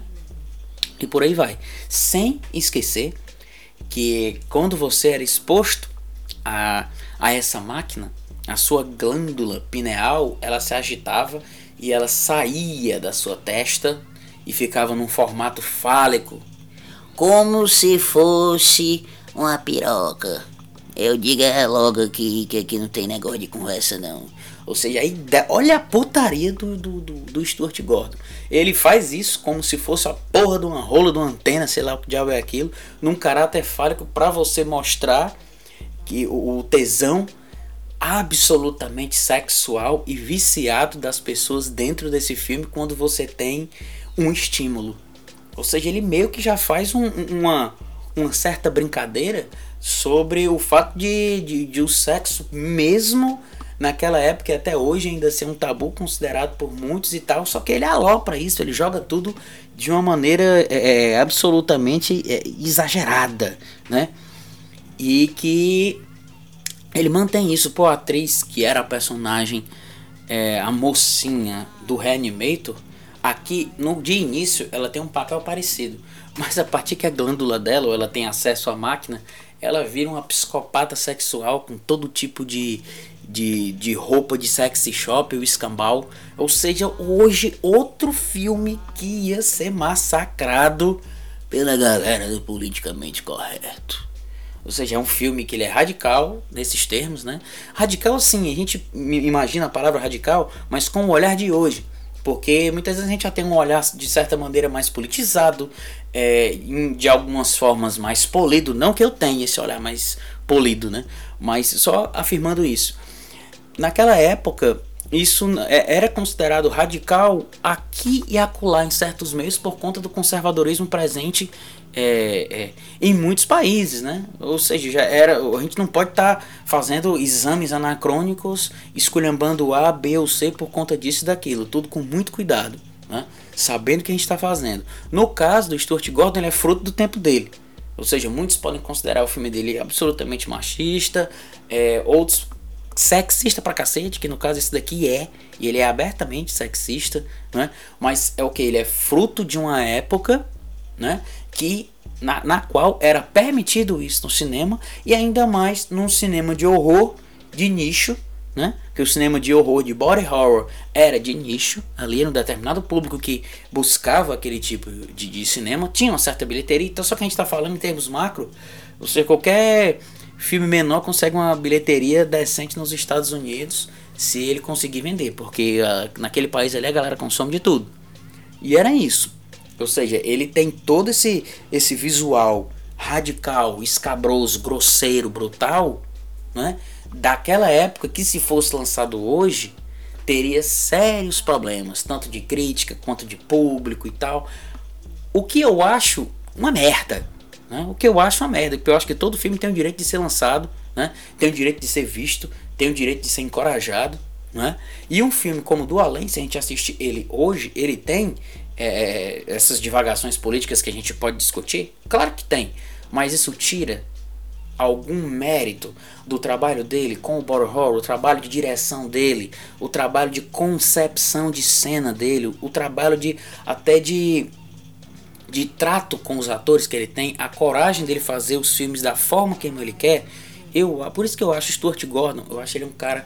E por aí vai. Sem esquecer que quando você era exposto a, a essa máquina, a sua glândula pineal, ela se agitava e ela saía da sua testa e ficava num formato fálico, como se fosse uma piroca. Eu digo é logo aqui que aqui não tem negócio de conversa não. Ou seja, aí, olha a putaria do, do, do, do Stuart Gordon. Ele faz isso como se fosse a porra de uma rola, de uma antena, sei lá o que diabo é aquilo, num caráter fálico para você mostrar que o, o tesão absolutamente sexual e viciado das pessoas dentro desse filme quando você tem um estímulo. Ou seja, ele meio que já faz um, uma, uma certa brincadeira sobre o fato de, de, de o sexo mesmo naquela época e até hoje ainda ser um tabu considerado por muitos e tal, só que ele alopra isso, ele joga tudo de uma maneira é, absolutamente é, exagerada, né? E que ele mantém isso. Pô, a atriz que era a personagem, é, a mocinha do Reanimator, aqui no de início ela tem um papel parecido, mas a partir que a glândula dela, ou ela tem acesso à máquina, ela vira uma psicopata sexual com todo tipo de, de, de roupa de sexy shop, o escambau. Ou seja, hoje outro filme que ia ser massacrado pela galera do politicamente correto. Ou seja, é um filme que ele é radical nesses termos, né? Radical assim, a gente imagina a palavra radical, mas com o olhar de hoje. Porque muitas vezes a gente já tem um olhar de certa maneira mais politizado, é, de algumas formas mais polido. Não que eu tenha esse olhar mais polido, né? Mas só afirmando isso. Naquela época, isso era considerado radical aqui e acolá em certos meios por conta do conservadorismo presente é, é, em muitos países, né? Ou seja, já era, a gente não pode estar tá fazendo exames anacrônicos, esculhambando A, B ou C por conta disso e daquilo, tudo com muito cuidado, né? Sabendo o que a gente está fazendo. No caso do Stuart Gordon, ele é fruto do tempo dele. Ou seja, muitos podem considerar o filme dele absolutamente machista, é, outros sexista pra cacete, que no caso esse daqui é, e ele é abertamente sexista, né? Mas é o que? Ele é fruto de uma época, né? Que, na, na qual era permitido isso no cinema, e ainda mais num cinema de horror de nicho, né? Que o cinema de horror, de body horror, era de nicho, ali era um determinado público que buscava aquele tipo de, de cinema, tinha uma certa bilheteria. Então, só que a gente está falando em termos macro, ou seja, qualquer filme menor consegue uma bilheteria decente nos Estados Unidos se ele conseguir vender, porque uh, naquele país ali a galera consome de tudo. E era isso. Ou seja, ele tem todo esse, esse visual radical, escabroso, grosseiro, brutal, né? Daquela época que, se fosse lançado hoje, teria sérios problemas, tanto de crítica quanto de público e tal. O que eu acho uma merda, né? O que eu acho uma merda, porque eu acho que todo filme tem o direito de ser lançado, né? Tem o direito de ser visto, tem o direito de ser encorajado, né? E um filme como Do Além, se a gente assistir ele hoje, ele tem é, essas divagações políticas que a gente pode discutir? Claro que tem, mas isso tira algum mérito do trabalho dele com o body horror, o trabalho de direção dele, o trabalho de concepção de cena dele, o trabalho de até de de trato com os atores que ele tem, a coragem dele fazer os filmes da forma que ele quer. Eu, por isso que eu acho Stuart Gordon, eu acho ele um cara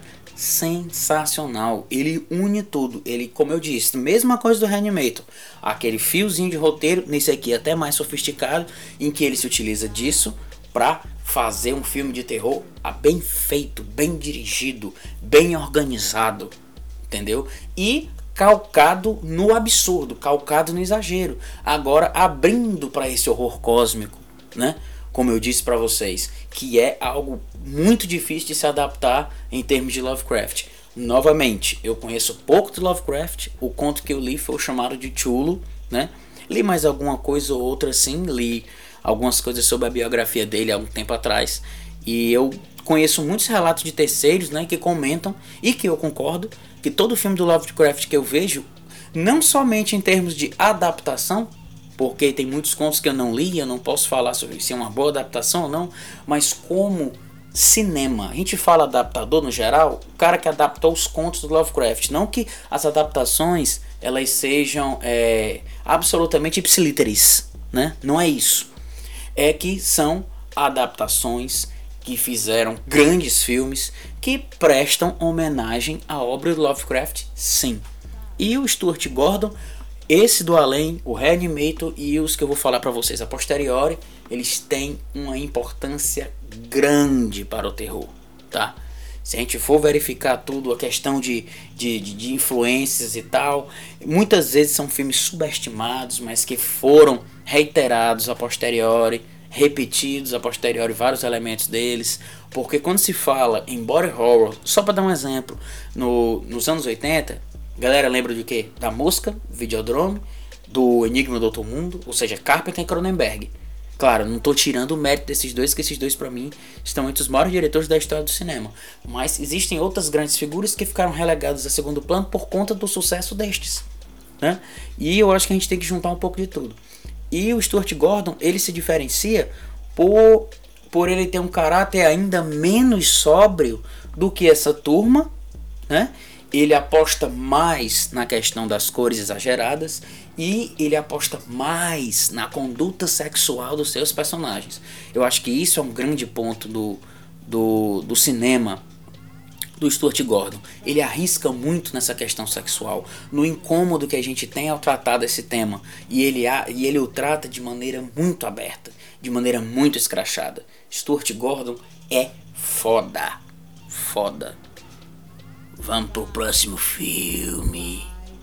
sensacional. Ele une tudo. Ele, como eu disse, mesma coisa do Reanimator, aquele fiozinho de roteiro, nesse aqui até mais sofisticado, em que ele se utiliza disso para fazer um filme de terror bem feito, bem dirigido, bem organizado, entendeu? E calcado no absurdo, calcado no exagero, agora abrindo para esse horror cósmico, né? Como eu disse para vocês, que é algo muito difícil de se adaptar em termos de Lovecraft. Novamente, eu conheço pouco de Lovecraft, o conto que eu li foi o chamado de Cthulhu, né? Li mais alguma coisa ou outra assim, li algumas coisas sobre a biografia dele há algum tempo atrás, e eu conheço muitos relatos de terceiros, né, que comentam, e que eu concordo, que todo filme do Lovecraft que eu vejo, não somente em termos de adaptação, porque tem muitos contos que eu não li, eu não posso falar sobre se é uma boa adaptação ou não, mas como cinema. A gente fala adaptador no geral, o cara que adaptou os contos do Lovecraft, não que as adaptações elas sejam é, absolutamente ipsiliteris, né? Não é isso. É que são adaptações que fizeram grandes filmes que prestam homenagem à obra do Lovecraft, sim. E o Stuart Gordon, esse Do Além, o Reanimator e os que eu vou falar para vocês a posteriori, eles têm uma importância grande para o terror, tá? Se a gente for verificar tudo, a questão de, de, de, de influências e tal, muitas vezes são filmes subestimados, mas que foram reiterados a posteriori, repetidos a posteriori vários elementos deles, porque quando se fala em body horror, só para dar um exemplo, no, nos anos oitenta, galera lembra de quê? Da Mosca, Videodrome, do Enigma do Outro Mundo, ou seja, Carpenter e Cronenberg. Claro, não estou tirando o mérito desses dois, que esses dois para mim estão entre os maiores diretores da história do cinema, mas existem outras grandes figuras que ficaram relegadas a segundo plano por conta do sucesso destes, né? E eu acho que a gente tem que juntar um pouco de tudo. E o Stuart Gordon, ele se diferencia por, por ele ter um caráter ainda menos sóbrio do que essa turma, né? Ele aposta mais na questão das cores exageradas e ele aposta mais na conduta sexual dos seus personagens. Eu acho que isso é um grande ponto do, do, do cinema do Stuart Gordon. Ele arrisca muito nessa questão sexual, no incômodo que a gente tem ao tratar desse tema, e ele, a, e ele o trata de maneira muito aberta, de maneira muito escrachada. Stuart Gordon é foda, foda. Vamos pro próximo filme.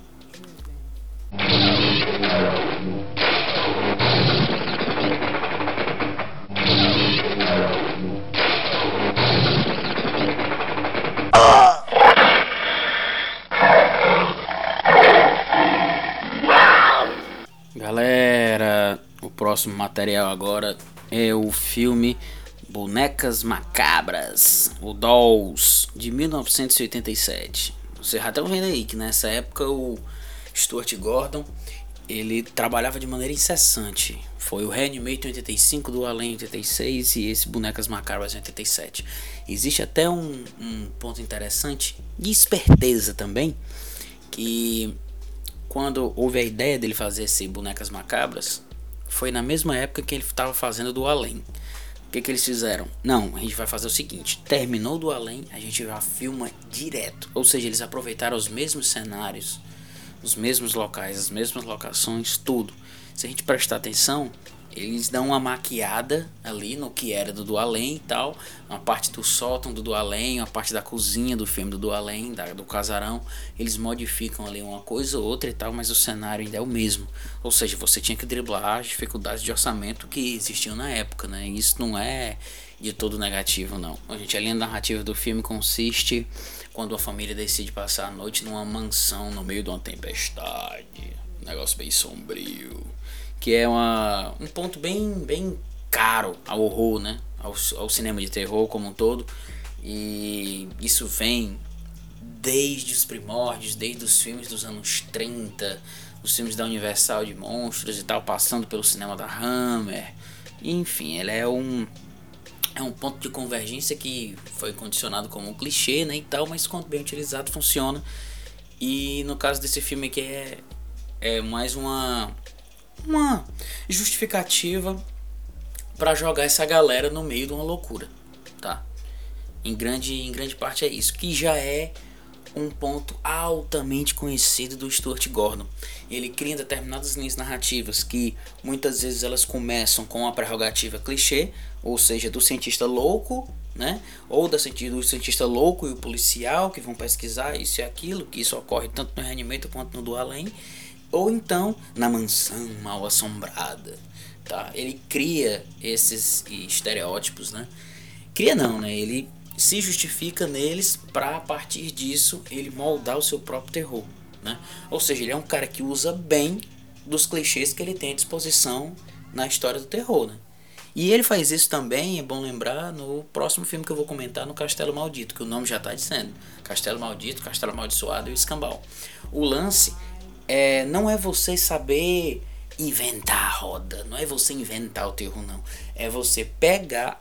Galera, o próximo material agora é o filme Bonecas Macabras, o Dolls, de mil novecentos e oitenta e sete. Vocês já estão vendo aí que nessa época o Stuart Gordon ele trabalhava de maneira incessante. Foi o Reanimator em oitenta e cinco, Do Além em oitenta e seis e esse Bonecas Macabras em oitenta e sete. Existe até um, um ponto interessante de esperteza também, que quando houve a ideia dele fazer esse Bonecas Macabras, foi na mesma época que ele estava fazendo Do Além. O que, que eles fizeram? Não, a gente vai fazer o seguinte: terminou Do Além, a gente já filma direto. Ou seja, eles aproveitaram os mesmos cenários, os mesmos locais, as mesmas locações, tudo. Se a gente prestar atenção, eles dão uma maquiada ali no que era do Do Além e tal, uma parte do sótão do Do Além, uma parte da cozinha do filme do Do Além, da, do casarão. Eles modificam ali uma coisa ou outra e tal, mas o cenário ainda é o mesmo. Ou seja, você tinha que driblar as dificuldades de orçamento que existiam na época, né? E isso não é de todo negativo, não. A gente, a linha narrativa do filme consiste quando a família decide passar a noite numa mansão no meio de uma tempestade, um negócio bem sombrio, que é uma, um ponto bem, bem caro ao horror, né? Ao, ao cinema de terror como um todo. E isso vem desde os primórdios, desde os filmes dos anos trinta, os filmes da Universal de monstros e tal, passando pelo cinema da Hammer. Enfim, ele é um é um ponto de convergência que foi condicionado como um clichê, né, e tal, mas quando bem utilizado funciona. E no caso desse filme aqui é, é mais uma, uma justificativa para jogar essa galera no meio de uma loucura, tá? Em grande, em grande parte é isso, que já é um ponto altamente conhecido do Stuart Gordon. Ele cria determinadas linhas narrativas que muitas vezes elas começam com a prerrogativa clichê, ou seja, do cientista louco, né? Ou da, do cientista louco e o policial que vão pesquisar isso e aquilo, que isso ocorre tanto no Reanimator quanto no Do Além, ou então na mansão mal assombrada, tá? Ele cria esses estereótipos, né? Cria não, né? Ele se justifica neles para a partir disso ele moldar o seu próprio terror, né? Ou seja, ele é um cara que usa bem dos clichês que ele tem à disposição na história do terror, né? E ele faz isso também, é bom lembrar, no próximo filme que eu vou comentar, no Castelo Maldito, que o nome já está dizendo, Castelo Maldito, Castelo Amaldiçoado e o Escambau. O lance é, não é você saber inventar a roda, não é você inventar o terror, não, é você pegar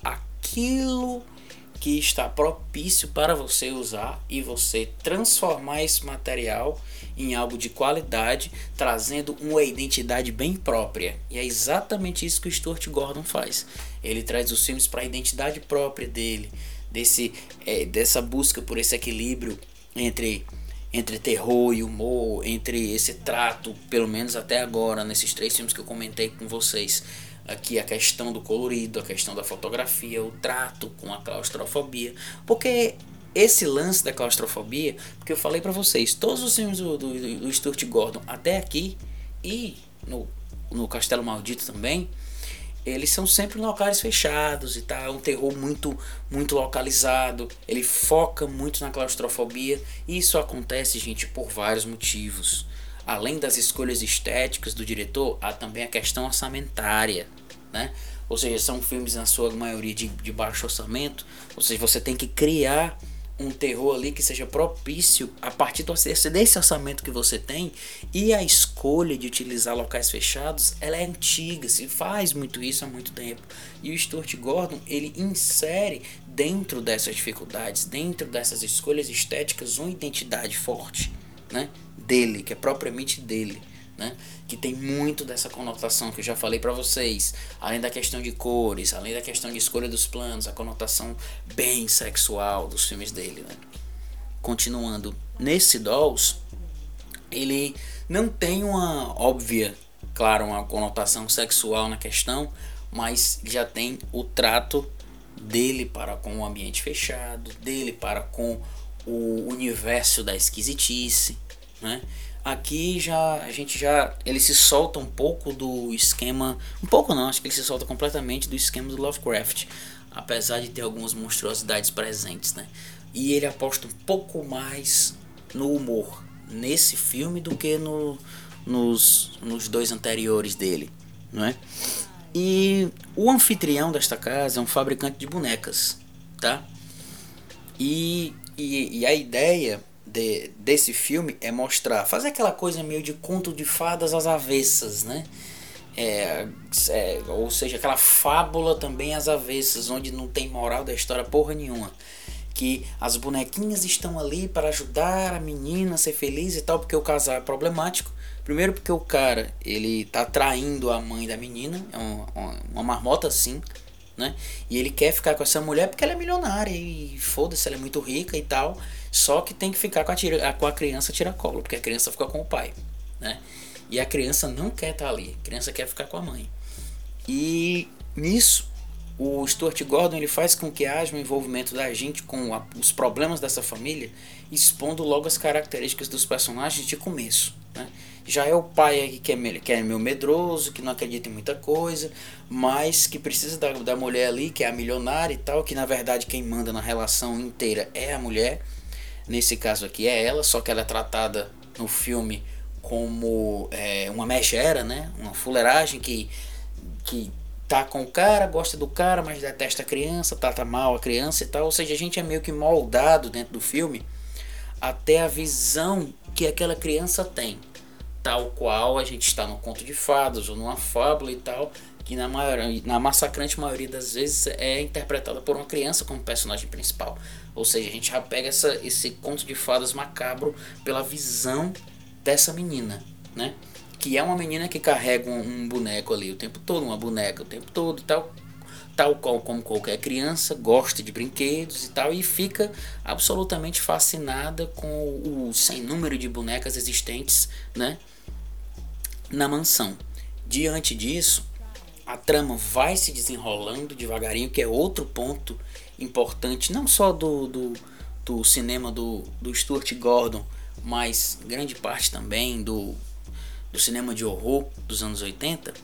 aquilo que está propício para você usar e você transformar esse material em algo de qualidade, trazendo uma identidade bem própria. E é exatamente isso que o Stuart Gordon faz. Ele traz os filmes para a identidade própria dele, desse, é, dessa busca por esse equilíbrio entre, entre terror e humor, entre esse trato, pelo menos até agora, nesses três filmes que eu comentei com vocês, aqui a questão do colorido, a questão da fotografia, o trato com a claustrofobia, porque esse lance da claustrofobia, porque eu falei pra vocês, todos os filmes do, do, do Stuart Gordon até aqui e no, no Castelo Maldito também, eles são sempre em locais fechados e tal, um terror muito, muito localizado, ele foca muito na claustrofobia, e isso acontece, gente, por vários motivos. Além das escolhas estéticas do diretor, há também a questão orçamentária, né? Ou seja, são filmes na sua maioria de, de baixo orçamento, ou seja, você tem que criar um terror ali que seja propício a partir do, desse orçamento que você tem, e a escolha de utilizar locais fechados, ela é antiga, se faz muito isso há muito tempo, e o Stuart Gordon, ele insere dentro dessas dificuldades, dentro dessas escolhas estéticas, uma identidade forte, né, dele, que é propriamente dele, né, que tem muito dessa conotação que eu já falei pra vocês, além da questão de cores, além da questão de escolha dos planos, a conotação bem sexual dos filmes dele, né. Continuando, nesse Dolls, ele não tem uma óbvia, claro, uma conotação sexual na questão, mas já tem o trato dele para com o ambiente fechado, dele para com o universo da esquisitice, né? Aqui já a gente já ele se solta um pouco do esquema, um pouco não, acho que ele se solta completamente do esquema do Lovecraft, apesar de ter algumas monstruosidades presentes, né? E ele aposta um pouco mais no humor nesse filme do que no, nos, nos dois anteriores dele, não é? E o anfitrião desta casa é um fabricante de bonecas, tá? E, e, e a ideia de, desse filme é mostrar, fazer aquela coisa meio de conto de fadas às avessas, né? É, é, ou seja, aquela fábula também às avessas, onde não tem moral da história porra nenhuma. Que as bonequinhas estão ali para ajudar a menina a ser feliz e tal, porque o casal é problemático. Primeiro porque o cara, ele tá traindo a mãe da menina, é uma, uma, uma marmota assim, né? E ele quer ficar com essa mulher porque ela é milionária e foda-se, ela é muito rica e tal. Só que tem que ficar com a, tira, com a criança tiracolo, porque a criança fica com o pai, né? E a criança não quer estar ali, a criança quer ficar com a mãe. E nisso, o Stuart Gordon ele faz com que haja um envolvimento da gente com a, os problemas dessa família, expondo logo as características dos personagens de começo, né? Já é o pai aqui que é, que é meio medroso, que não acredita em muita coisa, mas que precisa da, da mulher ali, que é a milionária e tal, que na verdade quem manda na relação inteira é a mulher. Nesse caso aqui é ela, só que ela é tratada no filme como é, uma megera, né? Uma fuleiragem que, que tá com o cara, gosta do cara, mas detesta a criança, trata mal a criança e tal. Ou seja, a gente é meio que moldado dentro do filme até a visão que aquela criança tem, tal qual a gente está no conto de fadas ou numa fábula e tal, que na, maior, na massacrante maioria das vezes é interpretada por uma criança como personagem principal. Ou seja, a gente já pega essa, esse conto de fadas macabro pela visão dessa menina, né? Que é uma menina que carrega um, um boneco ali o tempo todo, uma boneca o tempo todo e tal, tal qual como qualquer criança, gosta de brinquedos e tal, e fica absolutamente fascinada com o, o sem número de bonecas existentes, né, na mansão. Diante disso, a trama vai se desenrolando devagarinho, que é outro ponto importante, não só do, do, do cinema do, do Stuart Gordon, mas grande parte também do, do cinema de horror dos anos oitenta.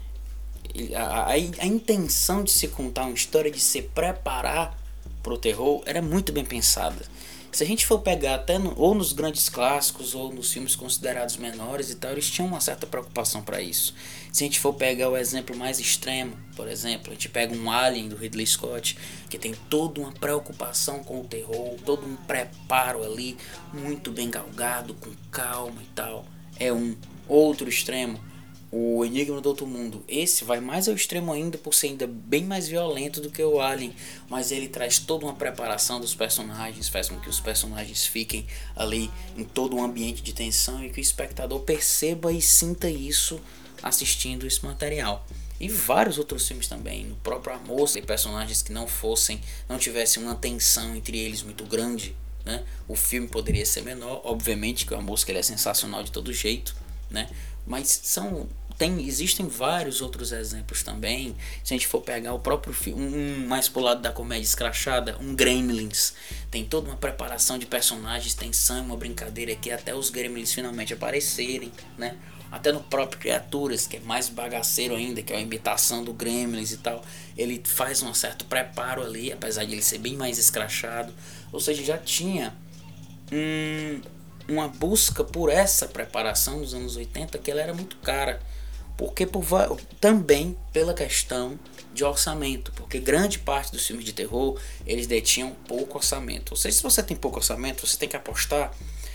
A, a, a intenção de se contar uma história, de se preparar para o terror, era muito bem pensada. Se a gente for pegar até no, ou nos grandes clássicos ou nos filmes considerados menores e tal, eles tinham uma certa preocupação para isso. Se a gente for pegar o exemplo mais extremo, por exemplo, a gente pega um Alien do Ridley Scott, que tem toda uma preocupação com o terror, todo um preparo ali, muito bem galgado, com calma e tal. É um outro extremo, o Enigma do Outro Mundo. Esse vai mais ao extremo ainda, por ser ainda bem mais violento do que o Alien, mas ele traz toda uma preparação dos personagens, faz com que os personagens fiquem ali em todo um ambiente de tensão e que o espectador perceba e sinta isso assistindo esse material. E vários outros filmes também, no próprio A Mosca, tem personagens que não fossem, não tivessem uma tensão entre eles muito grande, né? O filme poderia ser menor, obviamente que o A Mosca ele é sensacional de todo jeito, né? Mas são, tem, existem vários outros exemplos também. Se a gente for pegar o próprio filme, um mais pro lado da comédia escrachada, um Gremlins, tem toda uma preparação de personagens, tensão, uma brincadeira que até os Gremlins finalmente aparecerem, né? Até no próprio Criaturas, que é mais bagaceiro ainda, que é a imitação do Gremlins e tal, ele faz um certo preparo ali, apesar de ele ser bem mais escrachado. Ou seja, já tinha um, uma busca por essa preparação nos anos oitenta, que ela era muito cara, porque por, também pela questão de orçamento, porque grande parte dos filmes de terror eles detinham pouco orçamento. Ou seja, se você tem pouco orçamento, você tem que apostar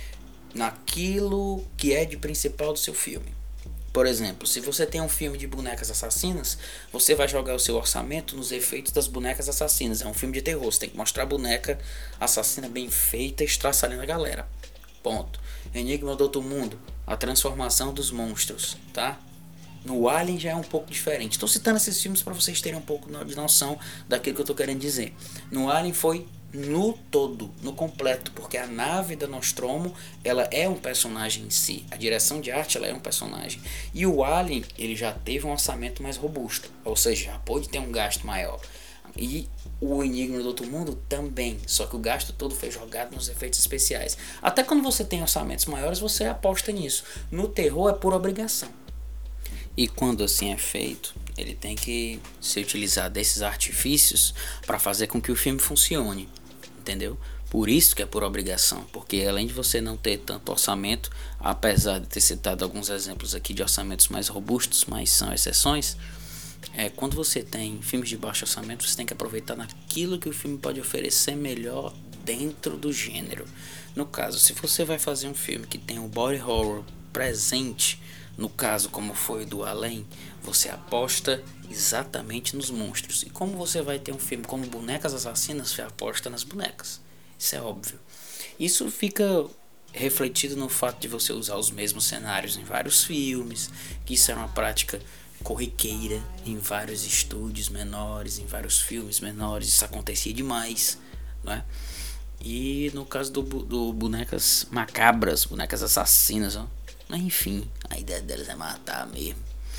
naquilo que é de principal do seu filme. Por exemplo, se você tem um filme de bonecas assassinas, você vai jogar o seu orçamento nos efeitos das bonecas assassinas. É um filme de terror, você tem que mostrar a boneca assassina bem feita e estraçalhando a galera. Ponto. Enigma do Outro Mundo, a transformação dos monstros, tá? No Alien já é um pouco diferente. Estou citando esses filmes para vocês terem um pouco de noção daquilo que eu estou querendo dizer. No Alien foi no todo, no completo, porque a nave da Nostromo, ela é um personagem em si, a direção de arte ela é um personagem, e o Alien ele já teve um orçamento mais robusto, ou seja, já pôde ter um gasto maior, e o Enigma do Outro Mundo também, só que o gasto todo foi jogado nos efeitos especiais. Até quando você tem orçamentos maiores, você aposta nisso. No terror é por obrigação, e quando assim é feito, ele tem que se utilizar desses artifícios para fazer com que o filme funcione, entendeu? Por isso que é por obrigação, porque além de você não ter tanto orçamento, apesar de ter citado alguns exemplos aqui de orçamentos mais robustos, mas são exceções, é, quando você tem filmes de baixo orçamento, você tem que aproveitar naquilo que o filme pode oferecer melhor dentro do gênero. No caso, se você vai fazer um filme que tem o body horror presente, no caso como foi do Além, você aposta exatamente nos monstros. E como você vai ter um filme como Bonecas Assassinas, você aposta nas bonecas. Isso é óbvio. Isso fica refletido no fato de você usar os mesmos cenários em vários filmes, que isso é uma prática corriqueira em vários estúdios menores, em vários filmes menores. Isso acontecia demais, não é? E no caso do, do Bonecas Macabras, Bonecas Assassinas, ó. Mas enfim, a ideia delas é matar mesmo.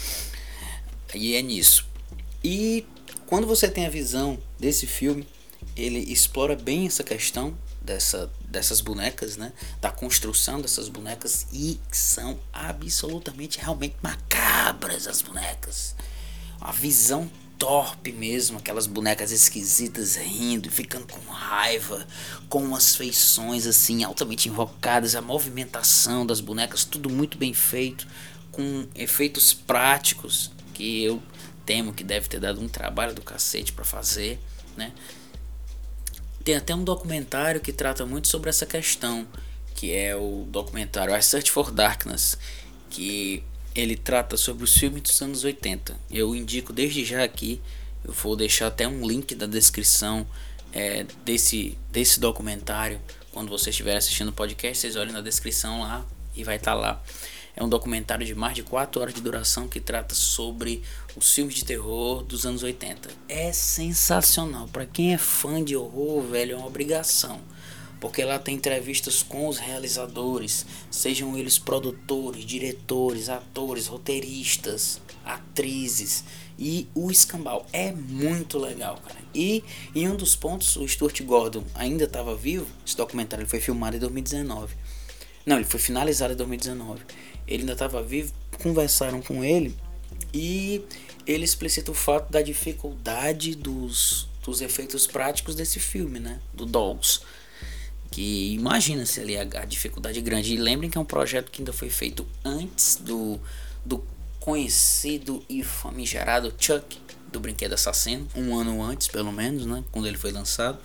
E é nisso. E quando você tem a visão desse filme, ele explora bem essa questão dessa, dessas bonecas, né? Da construção dessas bonecas, e são absolutamente, realmente macabras as bonecas. A visão torpe mesmo, aquelas bonecas esquisitas rindo e ficando com raiva, com umas feições assim altamente invocadas, a movimentação das bonecas, tudo muito bem feito, com efeitos práticos que eu temo que deve ter dado um trabalho do cacete para fazer, né? Tem até um documentário que trata muito sobre essa questão, que é o documentário A Search for Darkness, que ele trata sobre os filmes dos anos oitenta. Eu indico desde já aqui, eu vou deixar até um link da descrição é, desse, desse documentário. Quando você estiver assistindo o podcast, vocês olhem na descrição lá e vai estar lá. É um documentário de mais de quatro horas de duração que trata sobre os filmes de terror dos anos oitenta. É sensacional. Para quem é fã de horror, velho, é uma obrigação. Porque lá tem entrevistas com os realizadores, sejam eles produtores, diretores, atores, roteiristas, atrizes e o escambau. É muito legal, cara. E em um dos pontos, o Stuart Gordon ainda estava vivo. Esse documentário ele foi filmado em dois mil e dezenove. Não, ele foi finalizado em dois mil e dezenove. Ele ainda estava vivo, conversaram com ele e ele explicita o fato da dificuldade dos, dos efeitos práticos desse filme, né? Do Dolls. Que imagina-se ali a, a dificuldade grande. E lembrem que é um projeto que ainda foi feito antes do, do conhecido e famigerado Chuck, do Brinquedo Assassino. Um ano antes, pelo menos, né? Quando ele foi lançado.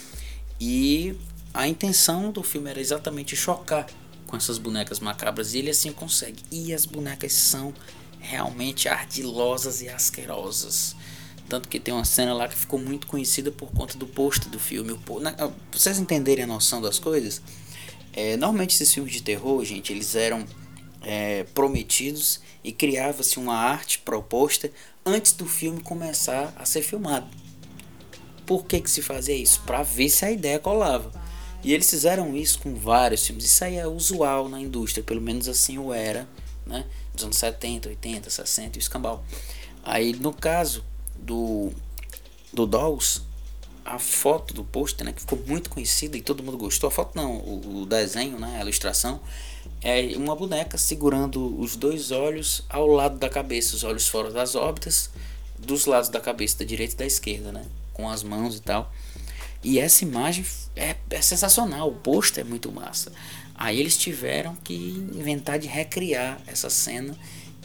E a intenção do filme era exatamente chocar com essas bonecas macabras. E ele assim consegue. E as bonecas são realmente ardilosas e asquerosas. Tanto que tem uma cena lá que ficou muito conhecida por conta do pôster do filme. Pra vocês entenderem a noção das coisas, é, normalmente esses filmes de terror, gente, eles eram é, prometidos e criava-se uma arte proposta antes do filme começar a ser filmado. Por que que se fazia isso? Para ver se a ideia colava. E eles fizeram isso com vários filmes. Isso aí é usual na indústria, pelo menos assim o era, né? Dos anos setenta, oitenta, sessenta e o escambau. Aí no caso do, do Dolls, a foto do pôster, né, que ficou muito conhecida e todo mundo gostou, a foto não, o, o desenho, né, a ilustração, é uma boneca segurando os dois olhos ao lado da cabeça, os olhos fora das órbitas, dos lados da cabeça, da direita e da esquerda, né, com as mãos e tal. E essa imagem é, é sensacional, o pôster é muito massa. Aí eles tiveram que inventar de recriar essa cena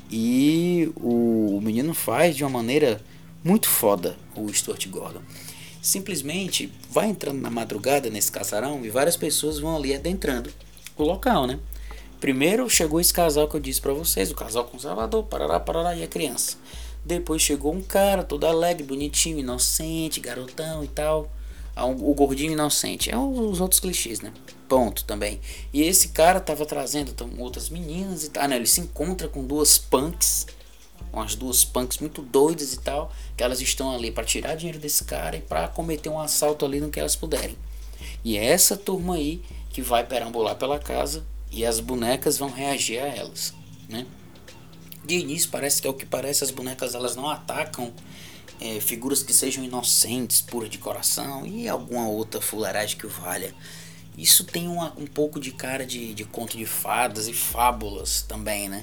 e o, o menino faz de uma maneira muito foda, o Stuart Gordon. Simplesmente vai entrando na madrugada nesse casarão e várias pessoas vão ali adentrando o local, né? Primeiro chegou esse casal que eu disse pra vocês, o casal conservador, parará, parará, e a criança. Depois chegou um cara todo alegre, bonitinho, inocente, garotão e tal. O gordinho inocente, é os outros clichês, né? Ponto também. E esse cara tava trazendo outras meninas e tal. Ah, não, ele se encontra com duas punks, umas duas punks muito doidas e tal, que elas estão ali para tirar dinheiro desse cara e para cometer um assalto ali no que elas puderem. E é essa turma aí que vai perambular pela casa e as bonecas vão reagir a elas, né? De início parece que é o que parece, as bonecas elas não atacam é, figuras que sejam inocentes, puras de coração e alguma outra fuleiragem que o valha. Isso tem uma, um pouco de cara de, de conto de fadas e fábulas também, né?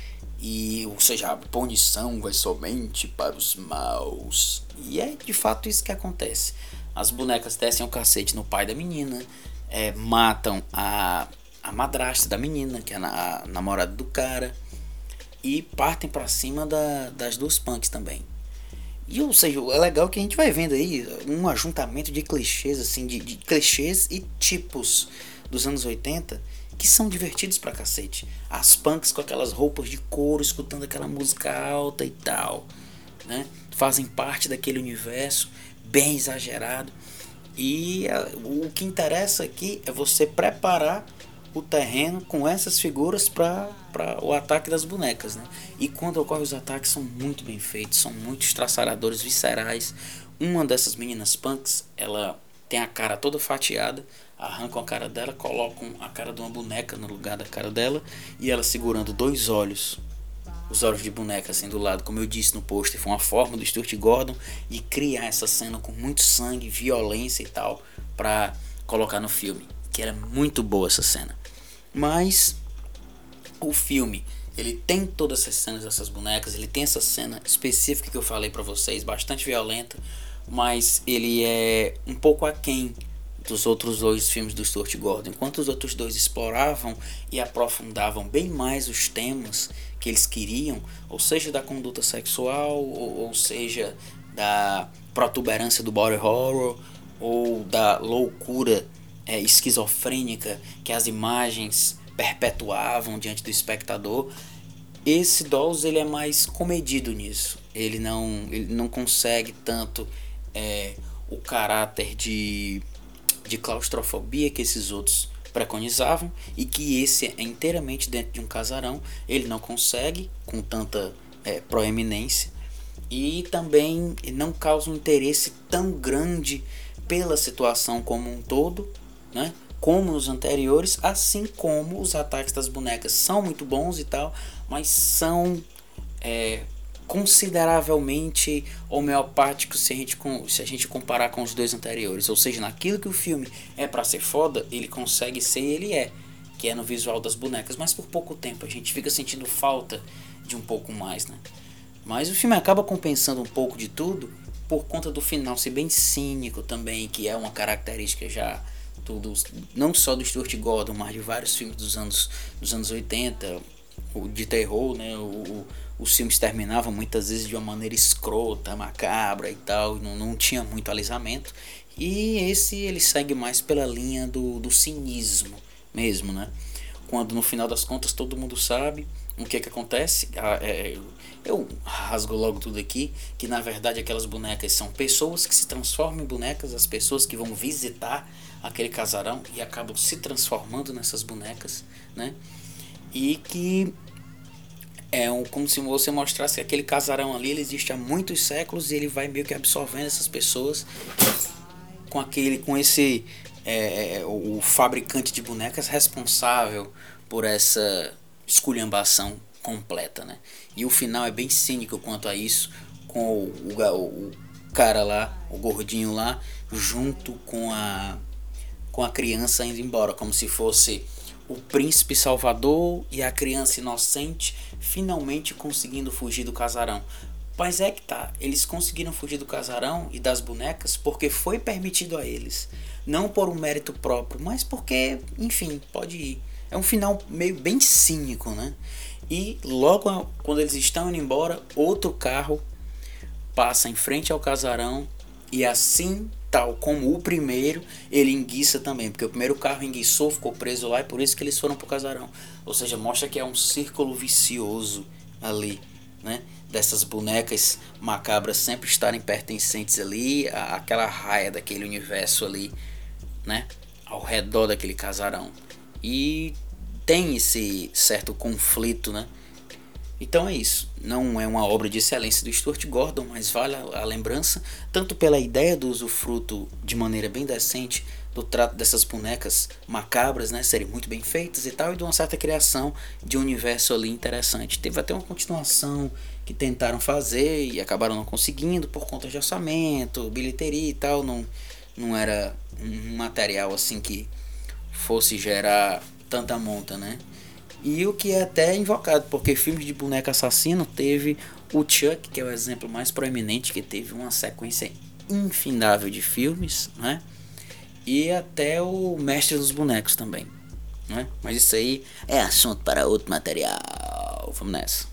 E, ou seja, a punição vai somente para os maus. E é de fato isso que acontece. As bonecas descem o cacete no pai da menina, é, matam a, a madrasta da menina, que é a, a namorada do cara, e partem para cima da, das duas punks também. E, ou seja, é legal que a gente vai vendo aí um ajuntamento de clichês, assim, de, de clichês e tipos dos anos oitenta que são divertidos pra cacete. As punks com aquelas roupas de couro, escutando aquela música alta e tal, né? Fazem parte daquele universo bem exagerado. E a, o que interessa aqui é você preparar o terreno com essas figuras para o ataque das bonecas, né? E quando ocorrem os ataques são muito bem feitos, são muito estraçalhadores, viscerais. Uma dessas meninas punks, ela tem a cara toda fatiada, arrancam a cara dela, colocam a cara de uma boneca no lugar da cara dela e ela segurando dois olhos, os olhos de boneca assim do lado, como eu disse no pôster, foi uma forma do Stuart Gordon de criar essa cena com muito sangue, violência e tal, para colocar no filme, que era muito boa essa cena. Mas o filme, ele tem todas essas cenas dessas bonecas, ele tem essa cena específica que eu falei pra vocês, bastante violenta, mas ele é um pouco aquém dos outros dois filmes do Stuart Gordon. Enquanto os outros dois exploravam e aprofundavam bem mais os temas que eles queriam, ou seja, da conduta sexual, ou, ou seja, da protuberância do body horror, ou da loucura é, esquizofrênica que as imagens perpetuavam diante do espectador. Esse Dolls ele é mais comedido nisso. Ele não, ele não consegue tanto é, o caráter de, de claustrofobia que esses outros preconizavam, e que esse é inteiramente dentro de um casarão. Ele não consegue com tanta é, proeminência, e também não causa um interesse tão grande pela situação como um todo, né? Como nos anteriores, assim como os ataques das bonecas são muito bons e tal, mas são é, consideravelmente homeopáticos se a, gente, se a gente comparar com os dois anteriores. Ou seja, naquilo que o filme é pra ser foda, ele consegue ser e ele é, que é no visual das bonecas, mas por pouco tempo. A gente fica sentindo falta de um pouco mais, né? Mas o filme acaba compensando um pouco de tudo por conta do final ser bem cínico também, que é uma característica já tudo, não só do Stuart Gordon, mas de vários filmes dos anos, dos anos oitenta, de terror, né? O, o, os filmes terminavam muitas vezes de uma maneira escrota, macabra e tal, não, não tinha muito alisamento. E esse ele segue mais pela linha do, do cinismo mesmo, né? Quando no final das contas todo mundo sabe o que é que acontece. Ah, é, eu rasgo logo tudo aqui, que na verdade aquelas bonecas são pessoas que se transformam em bonecas, as pessoas que vão visitar aquele casarão e acabam se transformando nessas bonecas, né? E que é um, como se você mostrasse que aquele casarão ali ele existe há muitos séculos, e ele vai meio que absorvendo essas pessoas com aquele, com esse é, o, o fabricante de bonecas responsável por essa esculhambação completa, né? E o final é bem cínico quanto a isso, com o, o, o cara lá, o gordinho lá, junto com a com a criança indo embora, como se fosse o príncipe salvador e a criança inocente finalmente conseguindo fugir do casarão. Mas é que tá, eles conseguiram fugir do casarão e das bonecas porque foi permitido a eles, não por um mérito próprio, mas porque, enfim, pode ir. É um final meio bem cínico, né? E logo quando eles estão indo embora, outro carro passa em frente ao casarão, e assim, tal como o primeiro, ele enguiça também, porque o primeiro carro enguiçou, ficou preso lá, e por isso que eles foram pro casarão. Ou seja, mostra que é um círculo vicioso ali, né? Dessas bonecas macabras sempre estarem pertencentes ali à, àquela raia daquele universo ali, né? Ao redor daquele casarão. E tem esse certo conflito, né? Então é isso, não é uma obra de excelência do Stuart Gordon, mas vale a, a lembrança, tanto pela ideia do usufruto de maneira bem decente do trato dessas bonecas macabras, né, serem muito bem feitas e tal, e de uma certa criação de um universo ali interessante. Teve até uma continuação que tentaram fazer e acabaram não conseguindo por conta de orçamento, bilheteria e tal, não, não era um material assim que fosse gerar tanta monta, né? E o que é até invocado, porque filmes de boneco assassino teve o Chuck, que é o exemplo mais proeminente, que teve uma sequência infindável de filmes, né? E até o Mestre dos Bonecos também, né? Mas isso aí é assunto para outro material. Vamos nessa.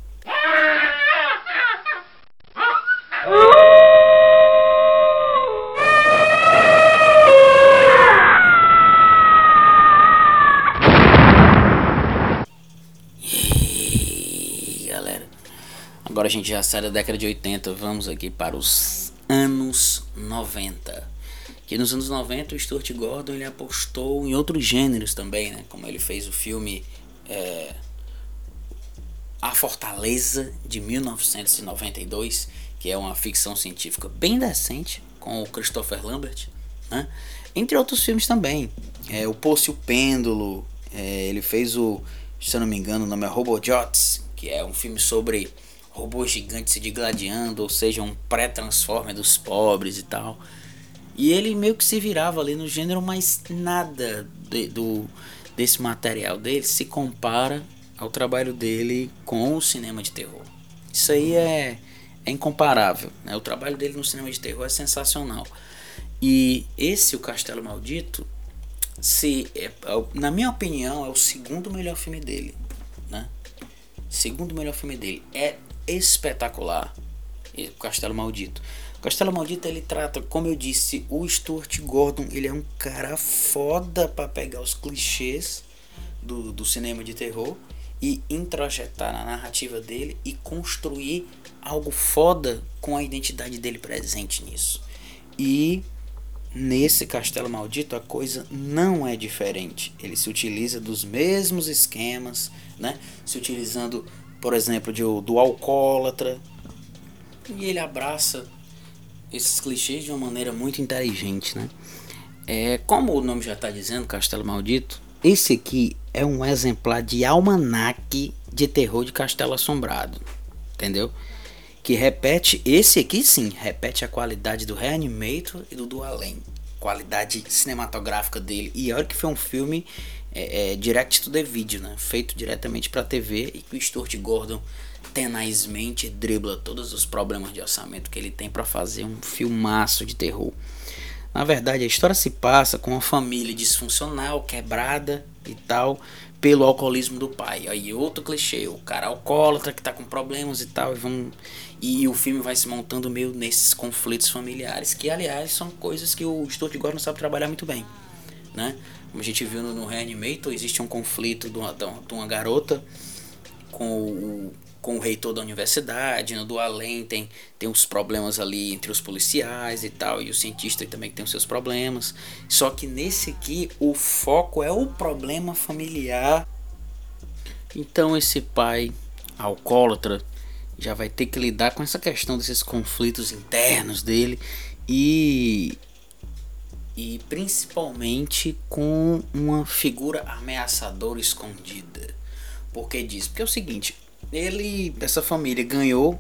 Agora a gente já sai da década de oitenta, vamos aqui para os anos noventa. Que nos anos noventa o Stuart Gordon ele apostou em outros gêneros também, né? Como ele fez o filme é, A Fortaleza de mil novecentos e noventa e dois, que é uma ficção científica bem decente, com o Christopher Lambert, né? Entre outros filmes também, é, O Poço e o Pêndulo, é, ele fez o, se eu não me engano o nome é Robojots, que é um filme sobre robôs gigantes se digladiando, ou seja, um pré-transformer dos pobres e tal. E ele meio que se virava ali no gênero, mas nada de, do, desse material dele se compara ao trabalho dele com o cinema de terror. Isso aí é, é incomparável, né? O trabalho dele no cinema de terror é sensacional. E esse, O Castelo Maldito, se, é, na minha opinião, é o segundo melhor filme dele, né? Segundo melhor filme dele. É espetacular, O Castelo Maldito. Castelo Maldito ele trata, como eu disse, o Stuart Gordon, ele é um cara foda pra pegar os clichês do, do cinema de terror e introjetar na narrativa dele e construir algo foda com a identidade dele presente nisso. E nesse Castelo Maldito a coisa não é diferente. Ele se utiliza dos mesmos esquemas, né? Se utilizando, por exemplo, de, do alcoólatra, e ele abraça esses clichês de uma maneira muito inteligente, né? É, como o nome já está dizendo, Castelo Maldito, esse aqui é um exemplar de almanaque de terror de Castelo Assombrado, entendeu? Que repete, esse aqui sim, repete a qualidade do Reanimator e do Do Além, qualidade cinematográfica dele. E olha que foi um filme é, é, direct to the video, né? Feito diretamente para T V, e que o Stuart Gordon tenazmente dribla todos os problemas de orçamento que ele tem para fazer um filmaço de terror. Na verdade, a história se passa com uma família disfuncional, quebrada e tal, pelo alcoolismo do pai. Aí outro clichê, o cara alcoólatra que tá com problemas e tal, e, vão, e o filme vai se montando meio nesses conflitos familiares, que aliás são coisas que o Stuart Gordon sabe trabalhar muito bem, né? Como a gente viu no, no Reanimator, existe um conflito de uma, de uma garota com o com o reitor da universidade. No Do Além tem, tem uns problemas ali entre os policiais e tal, e o cientista também tem os seus problemas. Só que nesse aqui o foco é o problema familiar. Então esse pai alcoólatra já vai ter que lidar com essa questão desses conflitos internos dele e e principalmente com uma figura ameaçadora escondida. Por que disso? Porque é o seguinte, ele, essa família ganhou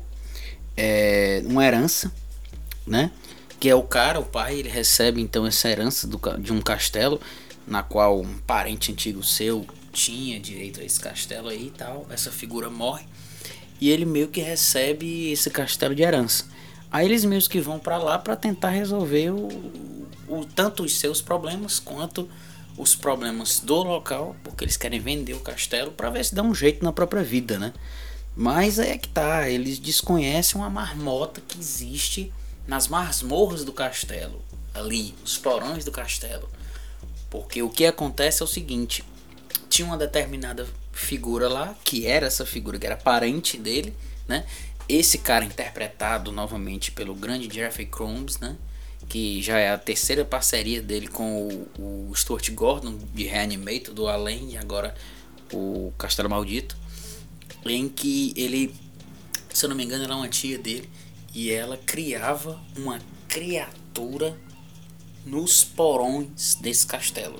é, uma herança, né? Que é o cara, o pai, ele recebe então essa herança do, de um castelo, na qual um parente antigo seu tinha direito a esse castelo aí e tal. Essa figura morre e ele meio que recebe esse castelo de herança. Aí eles meio que vão pra lá pra tentar resolver o, o, tanto os seus problemas quanto os problemas do local, porque eles querem vender o castelo para ver se dá um jeito na própria vida, né? Mas é que tá, eles desconhecem uma marmota que existe nas masmorras do castelo, ali, os porões do castelo. Porque o que acontece é o seguinte, tinha uma determinada figura lá, que era essa figura, que era parente dele, né? Esse cara interpretado novamente pelo grande Jeffrey Combs, né? Que já é a terceira parceria dele com o, o Stuart Gordon de Reanimator, Do Além, e agora o Castelo Maldito, em que ele, se eu não me engano, ela é uma tia dele e ela criava uma criatura nos porões desse castelo.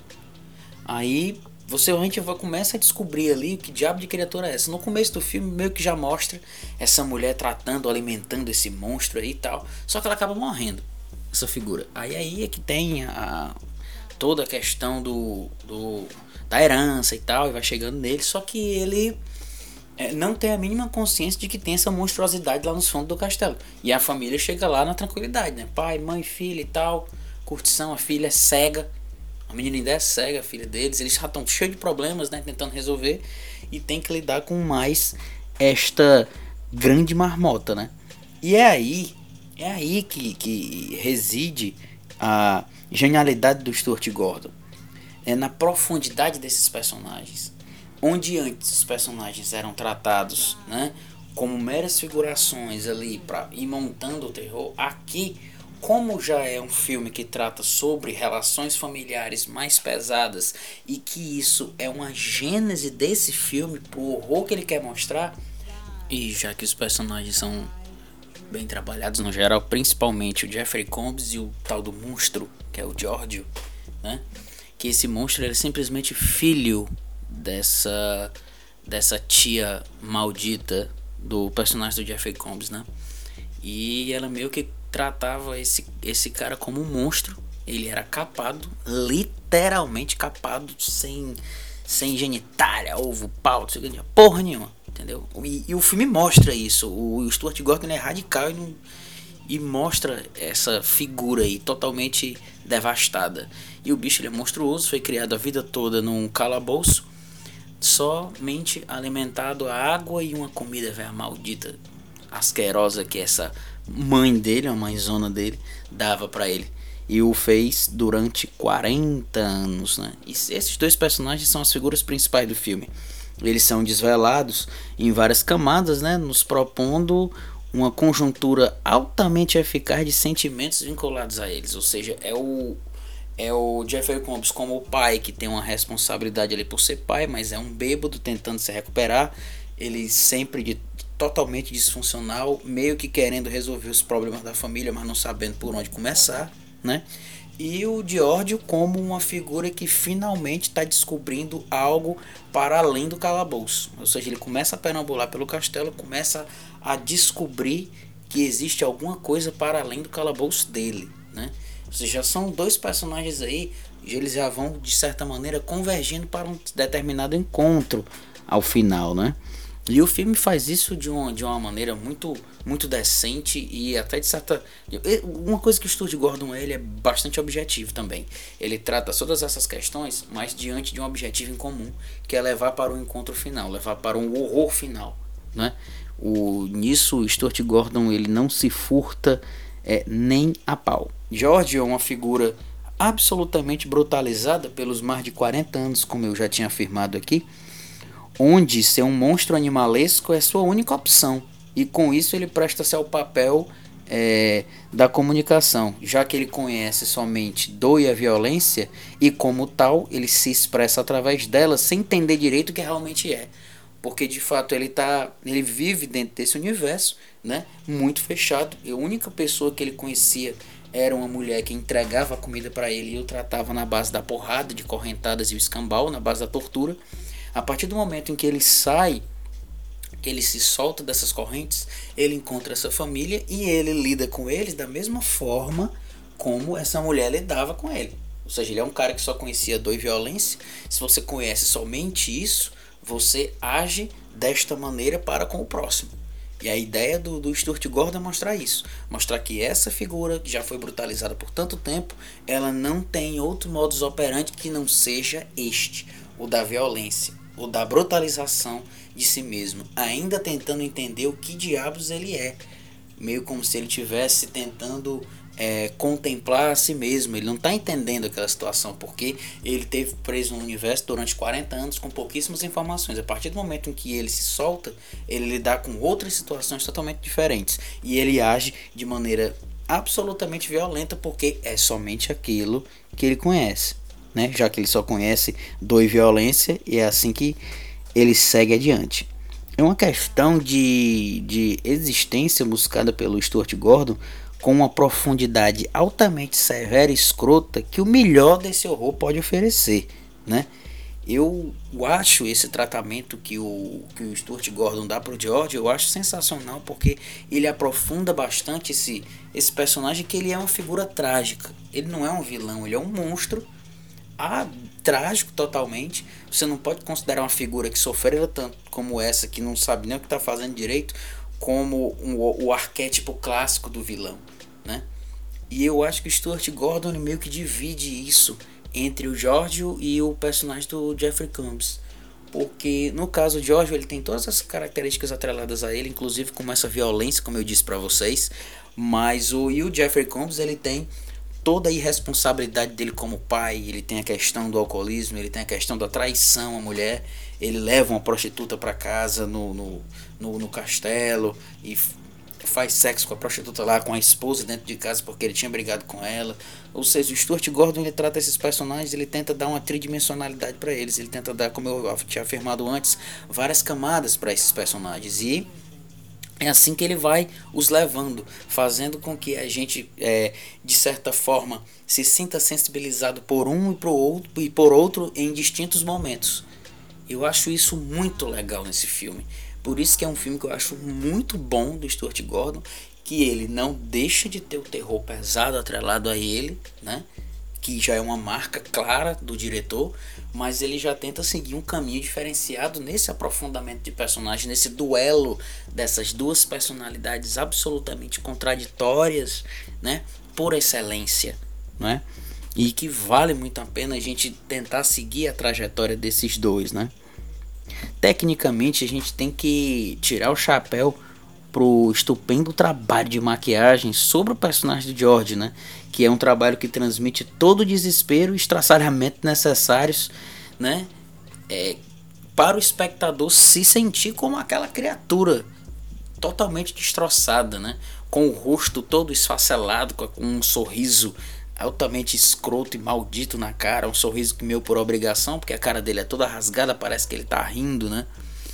Aí você a gente vai, começa a descobrir ali que diabo de criatura é essa. No começo do filme meio que já mostra essa mulher tratando, alimentando esse monstro aí e tal, só que ela acaba morrendo, essa figura. Aí aí é que tem a, toda a questão do, do da herança e tal, e vai chegando nele, só que ele é, não tem a mínima consciência de que tem essa monstruosidade lá nos fundos do castelo. E a família chega lá na tranquilidade, né? Pai, mãe, filha e tal, curtição, a filha é cega, a menina ainda é cega, a filha deles, eles já estão cheios de problemas, né? Tentando resolver, e tem que lidar com mais esta grande marmota, né? E é aí É aí que, que reside a genialidade do Stuart Gordon. É na profundidade desses personagens. Onde antes os personagens eram tratados, né, como meras figurações ali para ir montando o terror, aqui, como já é um filme que trata sobre relações familiares mais pesadas e que isso é uma gênese desse filme, pro horror que ele quer mostrar, e já que os personagens são bem trabalhados no geral, principalmente o Jeffrey Combs e o tal do monstro, que é o Giorgio, né? Que esse monstro ele é simplesmente filho dessa dessa tia maldita do personagem do Jeffrey Combs, né? E ela meio que tratava esse, esse cara como um monstro. Ele era capado, literalmente capado, sem, sem genitália, ovo, pau, não sei o que, porra nenhuma. Entendeu? E, e o filme mostra isso. O Stuart Gordon é radical e, não, e mostra essa figura aí totalmente devastada. E o bicho ele é monstruoso, foi criado a vida toda num calabouço, somente alimentado a água e uma comida velha maldita, asquerosa, que é essa mãe dele, a mãezona dele, dava pra ele. E o fez durante quarenta anos, né? E esses dois personagens são as figuras principais do filme. Eles são desvelados em várias camadas, né? Nos propondo uma conjuntura altamente eficaz de sentimentos vinculados a eles. Ou seja, é o, é o Jeffrey Combs como o pai, que tem uma responsabilidade ali por ser pai, mas é um bêbado tentando se recuperar. Ele sempre de, totalmente disfuncional, meio que querendo resolver os problemas da família, mas não sabendo por onde começar, né? E o Giorgio como uma figura que finalmente está descobrindo algo para além do calabouço. Ou seja, ele começa a perambular pelo castelo, começa a descobrir que existe alguma coisa para além do calabouço dele, né? Ou seja, são dois personagens aí, eles já vão de certa maneira convergindo para um determinado encontro ao final, né? E o filme faz isso de uma, de uma maneira muito, muito decente e até de certa... Uma coisa que o Stuart Gordon ele é bastante objetivo também. Ele trata todas essas questões, mas diante de um objetivo em comum, que é levar para o encontro final, levar para um horror final, né? O, nisso o Stuart Gordon ele não se furta é, nem a pau. George é uma figura absolutamente brutalizada pelos mais de quarenta anos, como eu já tinha afirmado aqui, onde ser um monstro animalesco é sua única opção, e com isso ele presta-se ao papel é, da comunicação, já que ele conhece somente dor e a violência, e como tal ele se expressa através dela sem entender direito o que realmente é, porque de fato ele, tá, ele vive dentro desse universo, né, muito fechado, e a única pessoa que ele conhecia era uma mulher que entregava a comida para ele e o tratava na base da porrada, de correntadas e o escambau, na base da tortura. A partir do momento em que ele sai, que ele se solta dessas correntes, ele encontra essa família e ele lida com eles da mesma forma como essa mulher lidava com ele. Ou seja, ele é um cara que só conhecia dor e violência. Se você conhece somente isso, você age desta maneira para com o próximo. E a ideia do, do Stuart Gordon é mostrar isso. Mostrar que essa figura, que já foi brutalizada por tanto tempo, ela não tem outro modus operandi que não seja este, o da violência, o da brutalização de si mesmo, ainda tentando entender o que diabos ele é, meio como se ele estivesse tentando é, contemplar a si mesmo. Ele não está entendendo aquela situação, porque ele teve preso no universo durante quarenta anos com pouquíssimas informações. A partir do momento em que ele se solta, ele lidar com outras situações totalmente diferentes, e ele age de maneira absolutamente violenta, porque é somente aquilo que ele conhece, né? Já que ele só conhece dor e violência, e é assim que ele segue adiante. É uma questão de, de existência buscada pelo Stuart Gordon com uma profundidade altamente severa e escrota que o melhor desse horror pode oferecer, né? Eu acho esse tratamento que o, que o Stuart Gordon dá pro George, eu acho sensacional, porque ele aprofunda bastante esse, esse personagem, que ele é uma figura trágica. Ele não é um vilão, ele é um monstro ah, trágico totalmente. Você não pode considerar uma figura que sofreu tanto como essa, que não sabe nem o que está fazendo direito, como um, o, o arquétipo clássico do vilão, né? E eu acho que o Stuart Gordon ele meio que divide isso entre o Giorgio e o personagem do Jeffrey Combs, porque no caso do Giorgio ele tem todas as características atreladas a ele, inclusive como essa violência, como eu disse para vocês, mas o, e o Jeffrey Combs ele tem toda a irresponsabilidade dele como pai. Ele tem a questão do alcoolismo, ele tem a questão da traição à mulher, ele leva uma prostituta para casa no, no, no, no castelo e faz sexo com a prostituta lá, com a esposa dentro de casa, porque ele tinha brigado com ela. Ou seja, o Stuart Gordon ele trata esses personagens, ele tenta dar uma tridimensionalidade para eles, ele tenta dar, como eu tinha afirmado antes, várias camadas para esses personagens, e é assim que ele vai os levando, fazendo com que a gente, é, de certa forma, se sinta sensibilizado por um e por outro, e por outro em distintos momentos. Eu acho isso muito legal nesse filme. Por isso que é um filme que eu acho muito bom do Stuart Gordon, que ele não deixa de ter o terror pesado atrelado a ele, né? Que já é uma marca clara do diretor, mas ele já tenta seguir um caminho diferenciado nesse aprofundamento de personagem, nesse duelo dessas duas personalidades absolutamente contraditórias, né? Por excelência, né? E que vale muito a pena a gente tentar seguir a trajetória desses dois, né? Tecnicamente a gente tem que tirar o chapéu pro estupendo trabalho de maquiagem sobre o personagem do George, né? Que é um trabalho que transmite todo o desespero e estraçalhamento necessários, né? É, para o espectador se sentir como aquela criatura totalmente destroçada, né? Com o rosto todo esfacelado, com um sorriso altamente escroto e maldito na cara, um sorriso que meio por obrigação, porque a cara dele é toda rasgada, parece que ele tá rindo, né?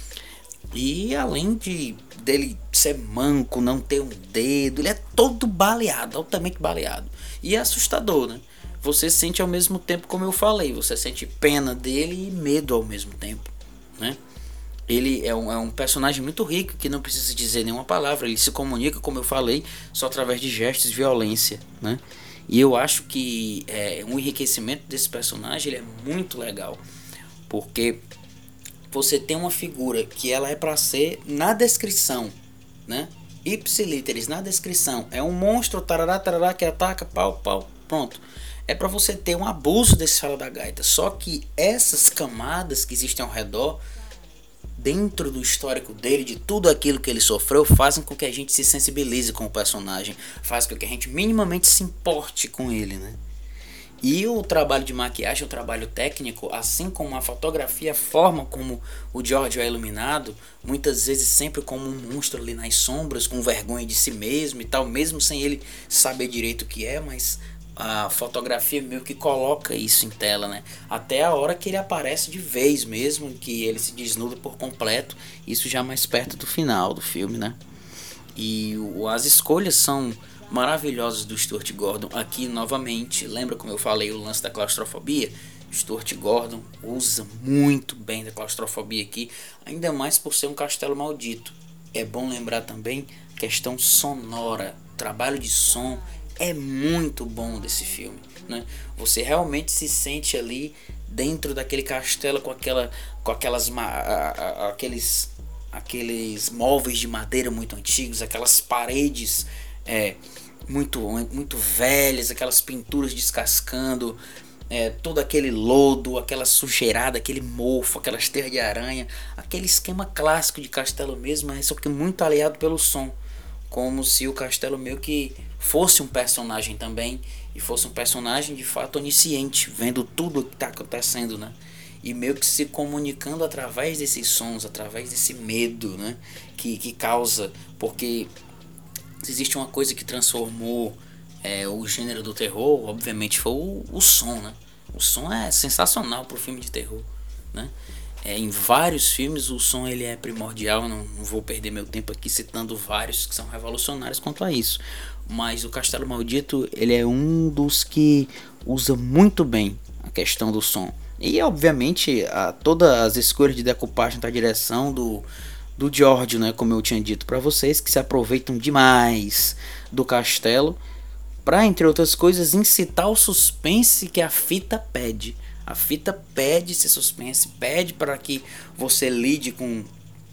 E além de dele ser manco, não ter um dedo, ele é todo baleado, altamente baleado. E é assustador, né? Você sente ao mesmo tempo, como eu falei, você sente pena dele e medo ao mesmo tempo, né? Ele é um, é um personagem muito rico, que não precisa dizer nenhuma palavra, ele se comunica, como eu falei, só através de gestos de violência, né? E eu acho que é, um enriquecimento desse personagem ele é muito legal, porque você tem uma figura que ela é para ser na descrição, né? Ipsiliteris, na descrição, é um monstro, tarará, tarará, que ataca, pau, pau, pronto. É para você ter um abuso desse fela da gaita, só que essas camadas que existem ao redor, dentro do histórico dele, de tudo aquilo que ele sofreu, fazem com que a gente se sensibilize com o personagem, faz com que a gente minimamente se importe com ele, né? E o trabalho de maquiagem, o trabalho técnico, assim como a fotografia, a forma como o George é iluminado, muitas vezes sempre como um monstro ali nas sombras, com vergonha de si mesmo e tal, mesmo sem ele saber direito o que é, mas a fotografia meio que coloca isso em tela, né? Até a hora que ele aparece de vez mesmo, que ele se desnuda por completo, isso já mais perto do final do filme, né? E o, as escolhas são maravilhosas do Stuart Gordon aqui novamente. Lembra como eu falei o lance da claustrofobia? Stuart Gordon usa muito bem da claustrofobia aqui, ainda mais por ser um castelo maldito. É bom lembrar também questão sonora, trabalho de som é muito bom desse filme, né? Você realmente se sente ali dentro daquele castelo com aquela, com aquelas, aqueles, aqueles móveis de madeira muito antigos, aquelas paredes é, muito, muito velhas, aquelas pinturas descascando, é, todo aquele lodo, aquela sujeirada, aquele mofo, aquelas teias de aranha, aquele esquema clássico de castelo mesmo, só que muito aliado pelo som, como se o castelo meio que fosse um personagem também, e fosse um personagem de fato onisciente, vendo tudo o que está acontecendo, né? E meio que se comunicando através desses sons, através desse medo, né? Que, que causa, porque se existe uma coisa que transformou é, o gênero do terror, obviamente foi o, o som, né? O som é sensacional para o filme de terror, né? É, em vários filmes o som ele é primordial, não, não vou perder meu tempo aqui citando vários que são revolucionários quanto a isso, mas o Castelo Maldito ele é um dos que usa muito bem a questão do som, e obviamente a, todas as escolhas de decupagem da direção do, do George, né, como eu tinha dito para vocês, que se aproveitam demais do castelo para, entre outras coisas, incitar o suspense que a fita pede. A fita pede esse suspense, pede para que você lide com,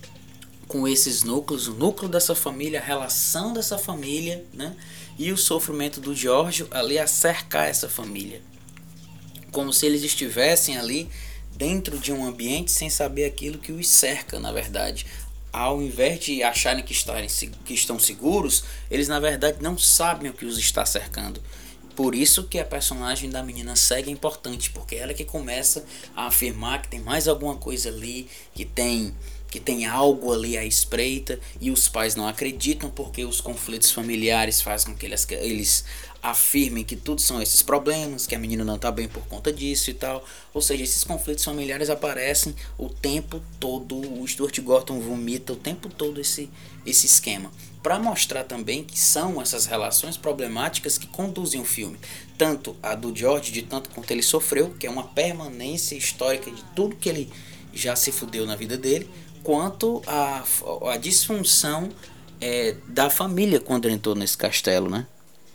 com esses núcleos, o núcleo dessa família, a relação dessa família, né? E o sofrimento do George ali a cercar essa família. Como se eles estivessem ali dentro de um ambiente sem saber aquilo que os cerca, na verdade. Ao invés de acharem que, estarem, que estão seguros, eles na verdade não sabem o que os está cercando. Por isso que a personagem da menina cega é importante, porque ela é que começa a afirmar que tem mais alguma coisa ali, que tem, que tem algo ali à espreita, e os pais não acreditam porque os conflitos familiares fazem com que eles, eles afirmem que tudo são esses problemas, que a menina não está bem por conta disso e tal. Ou seja, esses conflitos familiares aparecem o tempo todo, o Stuart Gordon vomita o tempo todo esse, esse esquema, para mostrar também que são essas relações problemáticas que conduzem o filme, tanto a do George, de tanto quanto ele sofreu, que é uma permanência histórica de tudo que ele já se fudeu na vida dele, quanto a, a disfunção é, da família quando ele entrou nesse castelo, né?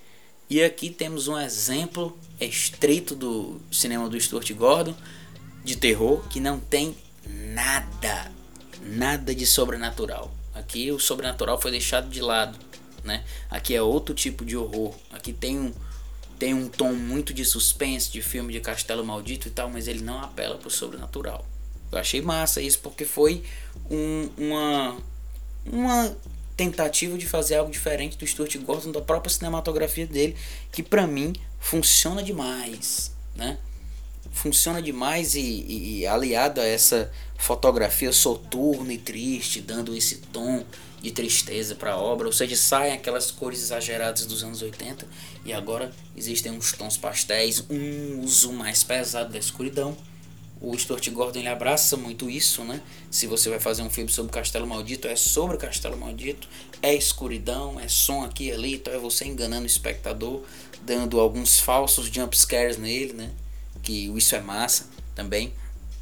E aqui temos um exemplo estreito do cinema do Stuart Gordon, de terror, que não tem nada, nada de sobrenatural. Aqui o sobrenatural foi deixado de lado, né? Aqui é outro tipo de horror. Aqui tem um, tem um tom muito de suspense, de filme de Castelo Maldito e tal, mas ele não apela para o sobrenatural. Eu achei massa isso, porque foi um, uma, uma tentativa de fazer algo diferente do Stuart Gordon, da própria cinematografia dele, que pra mim funciona demais, né? Funciona demais e, e, e aliado a essa fotografia soturna e triste, dando esse tom de tristeza para a obra, ou seja, saem aquelas cores exageradas dos anos oitenta e agora existem uns tons pastéis, um uso mais pesado da escuridão. O Stuart Gordon ele abraça muito isso, né? Se você vai fazer um filme sobre o Castelo Maldito, é sobre o Castelo Maldito, é escuridão, é som aqui e ali, então é você enganando o espectador, dando alguns falsos jump scares nele, né? Que isso é massa também.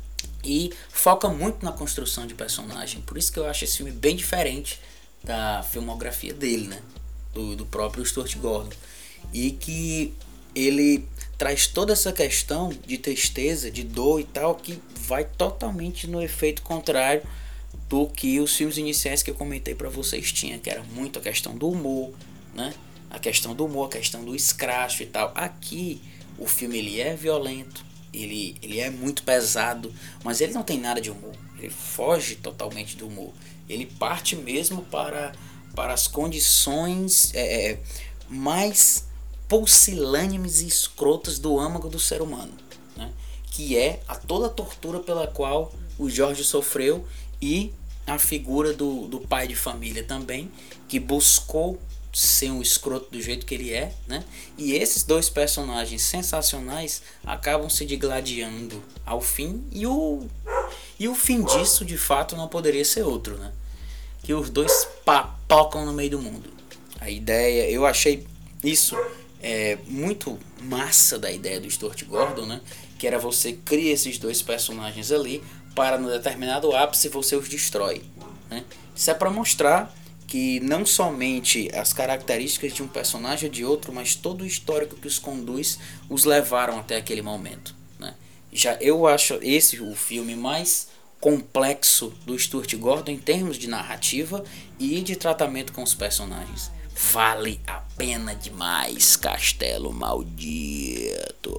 E foca muito na construção de personagem. Por isso que eu acho esse filme bem diferente da filmografia dele, né? Do, do próprio Stuart Gordon. E que ele traz toda essa questão de tristeza, de dor e tal, que vai totalmente no efeito contrário do que os filmes iniciais que eu comentei para vocês tinham, que era muito a questão do humor, né? A questão do humor, a questão do escracho e tal. Aqui o filme ele é violento, ele, ele é muito pesado, mas ele não tem nada de humor. Ele foge totalmente do humor. Ele parte mesmo para, para as condições é, mais pusilânimes e escrotas do âmago do ser humano, né? Que é a toda a tortura pela qual o Jorge sofreu e a figura do, do pai de família também, que buscou ser um escroto do jeito que ele é, né? E esses dois personagens sensacionais acabam se digladiando ao fim, e o, e o fim disso de fato não poderia ser outro, né? Que os dois papocam no meio do mundo. A ideia, eu achei isso é, muito massa da ideia do Stuart Gordon, né? Que era você cria esses dois personagens ali para no determinado ápice você os destrói, né? Isso é para mostrar que não somente as características de um personagem ou de outro, mas todo o histórico que os conduz os levaram até aquele momento, né? Já eu acho esse o filme mais complexo do Stuart Gordon em termos de narrativa e de tratamento com os personagens. Vale a pena demais, Castelo Maldito.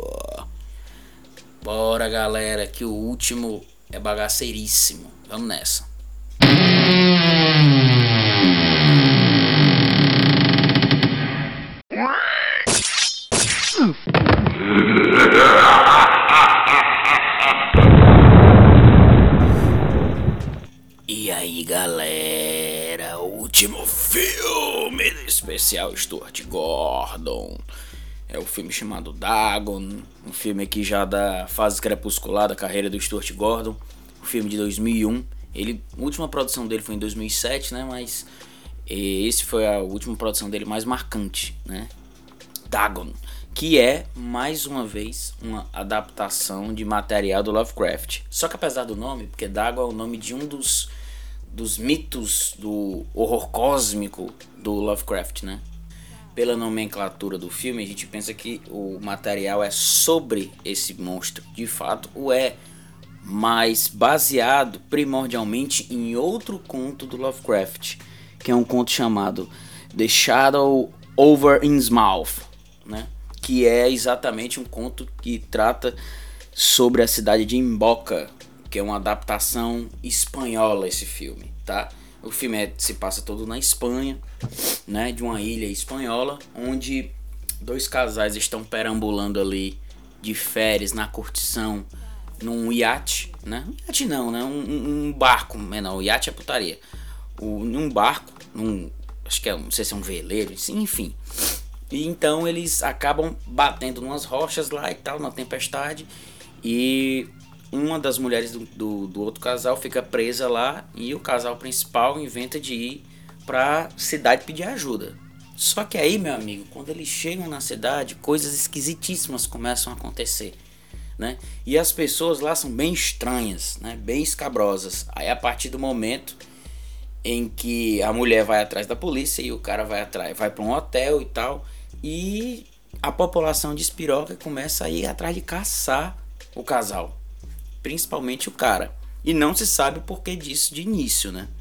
Bora, galera, que o último é bagaceiríssimo. Vamos nessa. E aí, galera, o último filme do especial Stuart Gordon é o filme chamado Dagon, um filme aqui já da fase crepuscular da carreira do Stuart Gordon, um filme de dois mil e um. Ele, a última produção dele foi em dois mil e sete, né? Mas esse foi a última produção dele mais marcante, né? Dagon, que é, mais uma vez, uma adaptação de material do Lovecraft. Só que apesar do nome, porque Dagon é o nome de um dos, dos mitos do horror cósmico do Lovecraft, né? Pela nomenclatura do filme, a gente pensa que o material é sobre esse monstro. De fato, o é, mas baseado primordialmente em outro conto do Lovecraft, que é um conto chamado The Shadow over Innsmouth, né? Que é exatamente um conto que trata sobre a cidade de Imboca, que é uma adaptação espanhola esse filme, tá? O filme é, se passa todo na Espanha, né? De uma ilha espanhola, onde dois casais estão perambulando ali de férias na curtição num iate, né? Um iate não, né? Um, um barco menor, o iate é putaria. O, num barco, num, acho que é, não sei se é um veleiro, enfim. E então eles acabam batendo numas rochas lá e tal, na tempestade. E uma das mulheres do, do, do outro casal fica presa lá. E o casal principal inventa de ir pra cidade pedir ajuda. Só que aí, meu amigo, quando eles chegam na cidade, coisas esquisitíssimas começam a acontecer, né? E as pessoas lá são bem estranhas, né? Bem escabrosas. Aí a partir do momento em que a mulher vai atrás da polícia e o cara vai atrás, vai para um hotel e tal, e a população de Espiroca começa a ir atrás de caçar o casal, principalmente o cara, e não se sabe o porquê disso de início, né?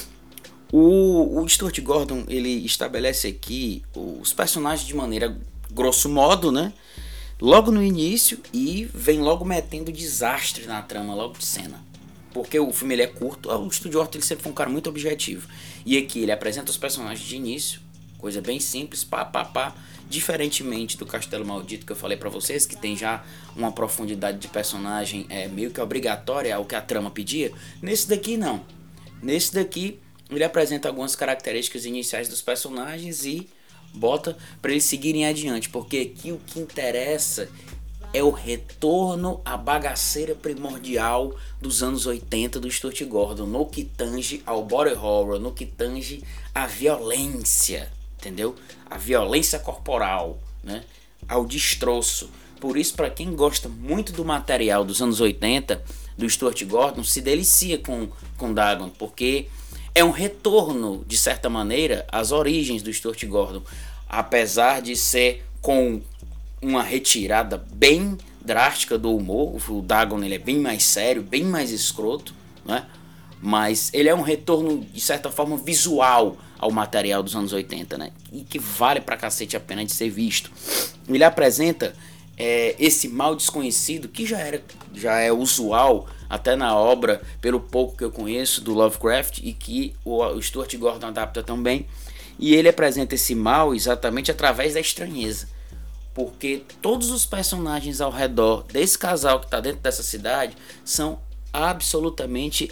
O, o Stuart Gordon, ele estabelece aqui os personagens de maneira grosso modo, né? Logo no início, e vem logo metendo desastre na trama logo de cena. porque o filme ele é curto, o Stuart Gordon ele sempre foi um cara muito objetivo. E aqui ele apresenta os personagens de início, coisa bem simples, pá, pá, pá. Diferentemente do Castelo Maldito que eu falei pra vocês, que tem já uma profundidade de personagem é, meio que obrigatória, é o que a trama pedia. Nesse daqui não. Nesse daqui ele apresenta algumas características iniciais dos personagens e bota pra eles seguirem adiante, porque aqui o que interessa é o retorno à bagaceira primordial dos anos oitenta do Stuart Gordon, no que tange ao body horror, no que tange à violência, entendeu? A violência corporal, né? Ao destroço. Por isso, para quem gosta muito do material dos anos oitenta do Stuart Gordon, se delicia com, com Dagon, porque é um retorno, de certa maneira, às origens do Stuart Gordon, apesar de ser com uma retirada bem drástica do humor. O Dagon ele é bem mais sério, bem mais escroto, né? Mas ele é um retorno, de certa forma, visual ao material dos anos oitenta, né? E que vale pra cacete a pena de ser visto. Ele apresenta é, esse mal desconhecido, que já, era, já é usual até na obra, pelo pouco que eu conheço, do Lovecraft, e que o, o Stuart Gordon adapta também. E ele apresenta esse mal exatamente através da estranheza. Porque todos os personagens ao redor desse casal que está dentro dessa cidade são absolutamente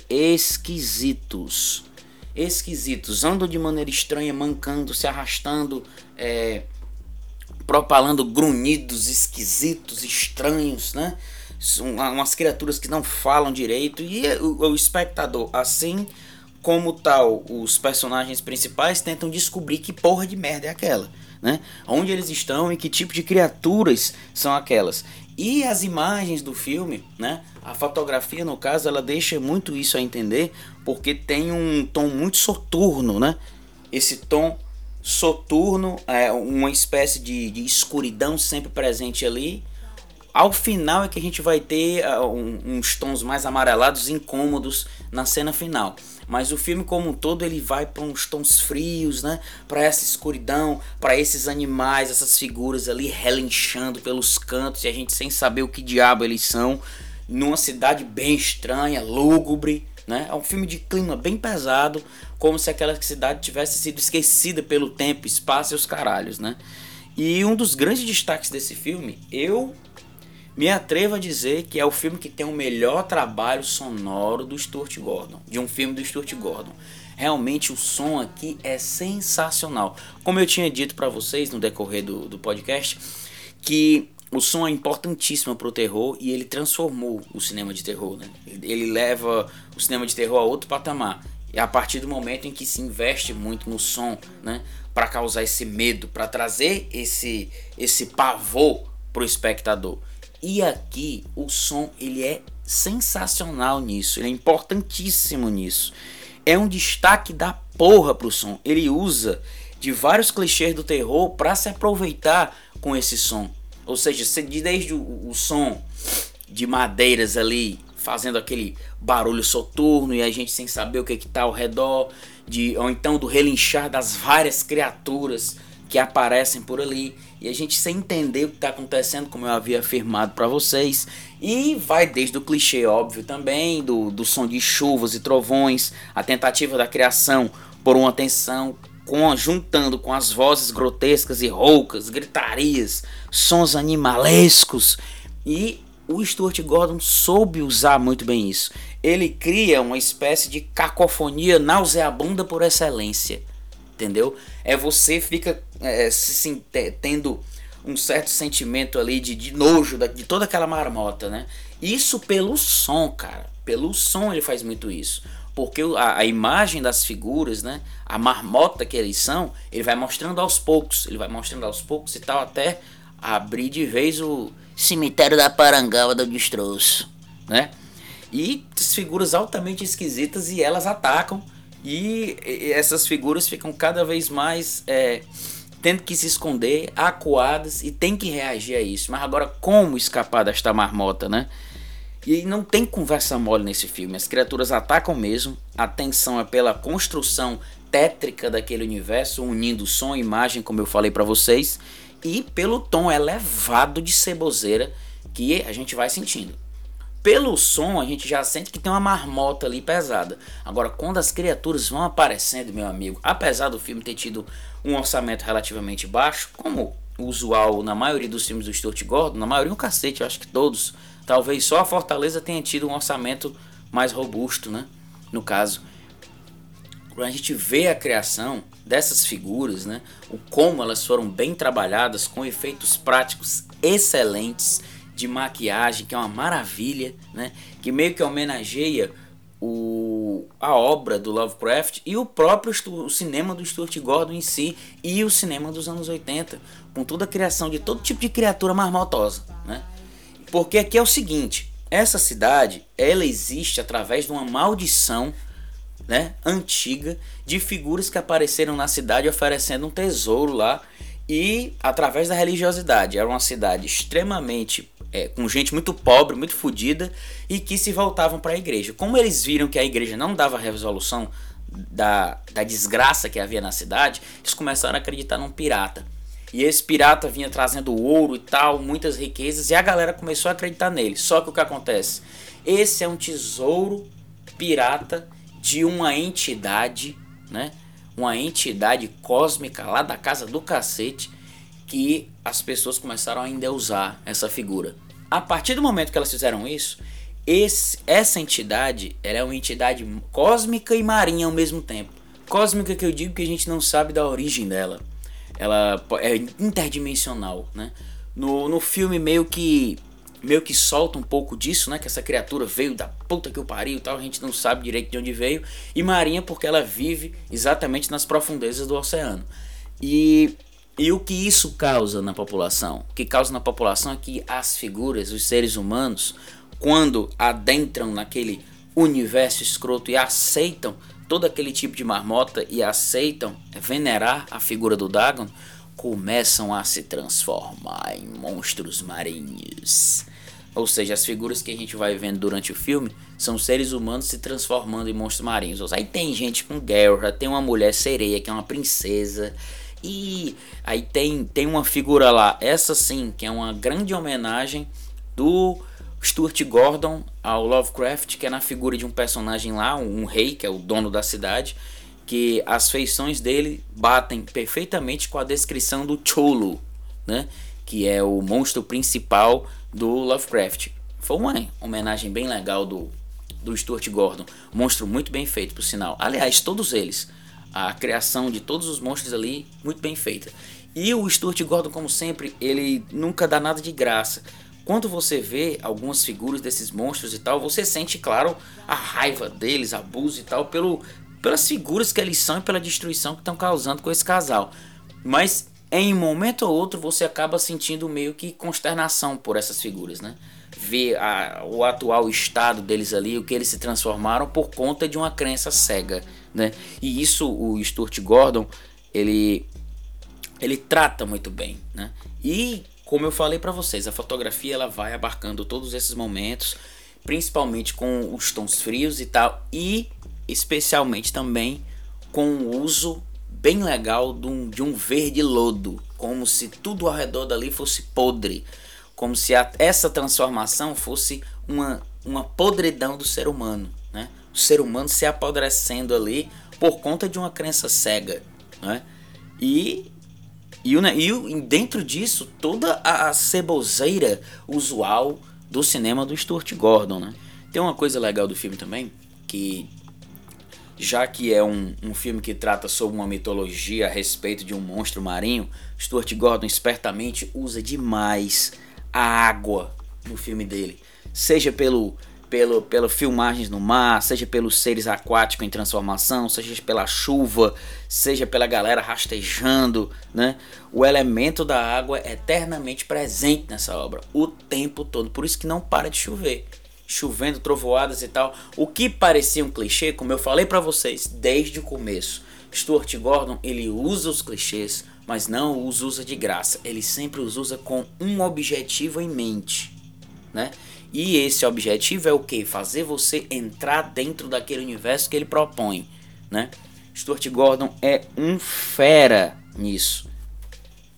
esquisitos. Esquisitos, andam de maneira estranha, mancando, se arrastando, é, propalando grunhidos esquisitos, estranhos, né? São umas criaturas que não falam direito. E o, o espectador, assim como tal, os personagens principais tentam descobrir que porra de merda é aquela, né? Onde eles estão e que tipo de criaturas são aquelas. E as imagens do filme, né? A fotografia, no caso, ela deixa muito isso a entender, porque tem um tom muito soturno, né? Esse tom soturno, é uma espécie de, de escuridão sempre presente ali. Ao final é que a gente vai ter uh, um, uns tons mais amarelados, incômodos na cena final. Mas o filme como um todo ele vai para uns tons frios, né? Para essa escuridão, para esses animais, essas figuras ali relinchando pelos cantos e a gente sem saber o que diabo eles são, numa cidade bem estranha, lúgubre, né? É um filme de clima bem pesado, como se aquela cidade tivesse sido esquecida pelo tempo, espaço e os caralhos, né? E um dos grandes destaques desse filme, eu me atrevo a dizer que é o filme que tem o melhor trabalho sonoro do Stuart Gordon, de um filme do Stuart Gordon. Realmente o som aqui é sensacional. Como eu tinha dito para vocês no decorrer do, do podcast, que o som é importantíssimo para o terror e ele transformou o cinema de terror, né? Ele leva o cinema de terror a outro patamar. E a partir do momento em que se investe muito no som, né, para causar esse medo, para trazer esse, esse pavor para o espectador. E aqui o som ele é sensacional nisso, ele é importantíssimo nisso. É um destaque da porra pro som. Ele usa de vários clichês do terror para se aproveitar com esse som. Ou seja, desde o, o som de madeiras ali fazendo aquele barulho soturno e a gente sem saber o que que tá ao redor, de, ou então do relinchar das várias criaturas que aparecem por ali e a gente sem entender o que está acontecendo, como eu havia afirmado para vocês. E vai desde o clichê óbvio também, do, do som de chuvas e trovões, a tentativa da criação por uma tensão, com, juntando com as vozes grotescas e roucas, gritarias, sons animalescos. E o Stuart Gordon soube usar muito bem isso. Ele cria uma espécie de cacofonia nauseabunda por excelência. Entendeu? É você fica é, se, se, tendo um certo sentimento ali de, de nojo da, de toda aquela marmota, né? Isso pelo som, cara. Pelo som ele faz muito isso. Porque a, a imagem das figuras, né? A marmota que eles são, ele vai mostrando aos poucos. Ele vai mostrando aos poucos e tal, até abrir de vez o cemitério da Parangaba do Destroço, né? E as figuras altamente esquisitas e elas atacam. E essas figuras ficam cada vez mais é, tendo que se esconder, acuadas e tem que reagir a isso. Mas agora como escapar desta marmota, né? E não tem conversa mole nesse filme. As criaturas atacam mesmo. A tensão é pela construção tétrica daquele universo, unindo som e imagem, como eu falei pra vocês, e pelo tom elevado de ceboseira que a gente vai sentindo. pelo som a gente já sente que tem uma marmota ali pesada. Agora, quando as criaturas vão aparecendo, meu amigo, apesar do filme ter tido um orçamento relativamente baixo, como usual na maioria dos filmes do Stuart Gordon, na maioria um cacete, eu acho que todos, talvez só a Fortaleza tenha tido um orçamento mais robusto, né? No caso, quando a gente vê a criação dessas figuras, né, o como elas foram bem trabalhadas, com efeitos práticos excelentes, de maquiagem, que é uma maravilha, né, que meio que homenageia o, a obra do Lovecraft e o próprio o cinema do Stuart Gordon em si e o cinema dos anos oitenta, com toda a criação de todo tipo de criatura marmotosa, né? Porque aqui é o seguinte, essa cidade, ela existe através de uma maldição, né, antiga, de figuras que apareceram na cidade oferecendo um tesouro lá, e através da religiosidade. Era uma cidade extremamente é, com gente muito pobre, muito fodida, e que se voltavam para a igreja. Como eles viram que a igreja não dava resolução da, da desgraça que havia na cidade, eles começaram a acreditar num pirata. E esse pirata vinha trazendo ouro e tal, muitas riquezas, e a galera começou a acreditar nele. Só que o que acontece? Esse é um tesouro pirata de uma entidade, né? Uma entidade cósmica lá da casa do cacete, que as pessoas começaram a endeusar essa figura. A partir do momento que elas fizeram isso, esse, essa entidade, ela é uma entidade cósmica e marinha ao mesmo tempo. Cósmica que eu digo que a gente não sabe da origem dela. Ela é interdimensional, né? No, no filme meio que meio que solta um pouco disso, né? Que essa criatura veio da puta que o pariu e tal, a gente não sabe direito de onde veio. E marinha porque ela vive exatamente nas profundezas do oceano. E, e o que isso causa na população? O que causa na população é que as figuras, os seres humanos, quando adentram naquele universo escroto e aceitam todo aquele tipo de marmota e aceitam venerar a figura do Dagon, começam a se transformar em monstros marinhos. Ou seja, as figuras que a gente vai vendo durante o filme são seres humanos se transformando em monstros marinhos. Aí tem gente com guerra, tem uma mulher sereia que é uma princesa, e aí tem, tem uma figura lá, essa sim, que é uma grande homenagem do Stuart Gordon ao Lovecraft, que é na figura de um personagem lá, um, um rei, que é o dono da cidade, que as feições dele batem perfeitamente com a descrição do Cholo, né? Que é o monstro principal do Lovecraft. Foi uma homenagem bem legal do, do Stuart Gordon. Monstro muito bem feito, por sinal. Aliás, todos eles. A criação de todos os monstros ali, muito bem feita. E o Stuart Gordon, como sempre, ele nunca dá nada de graça. Quando você vê algumas figuras desses monstros e tal, você sente, claro, a raiva deles, abuso e tal, pelo, pelas figuras que eles são e pela destruição que estão causando com esse casal. Mas em um momento ou outro você acaba sentindo meio que consternação por essas figuras, né? Ver a, o atual estado deles ali, o que eles se transformaram por conta de uma crença cega, né? E isso o Stuart Gordon, ele, ele trata muito bem, né? E como eu falei para vocês, a fotografia ela vai abarcando todos esses momentos, principalmente com os tons frios e tal, e especialmente também com o uso bem legal de um, de um verde lodo, como se tudo ao redor dali fosse podre, como se a, essa transformação fosse uma, uma podridão do ser humano, né? O ser humano se apodrecendo ali por conta de uma crença cega, né? E, e, e dentro disso toda a, a ceboseira usual do cinema do Stuart Gordon, né? Tem uma coisa legal do filme também, que já que é um, um filme que trata sobre uma mitologia a respeito de um monstro marinho, Stuart Gordon espertamente usa demais a água no filme dele. Seja pelo, pelo, pela filmagens no mar, seja pelos seres aquáticos em transformação, seja pela chuva, seja pela galera rastejando, né? O elemento da água é eternamente presente nessa obra, o tempo todo. Por isso que não para de chover. Chovendo, trovoadas e tal. O que parecia um clichê, como eu falei pra vocês desde o começo, Stuart Gordon ele usa os clichês, mas não os usa de graça. Ele sempre os usa com um objetivo em mente, né? E esse objetivo é o que? Fazer você entrar dentro daquele universo que ele propõe, né? Stuart Gordon é um fera nisso.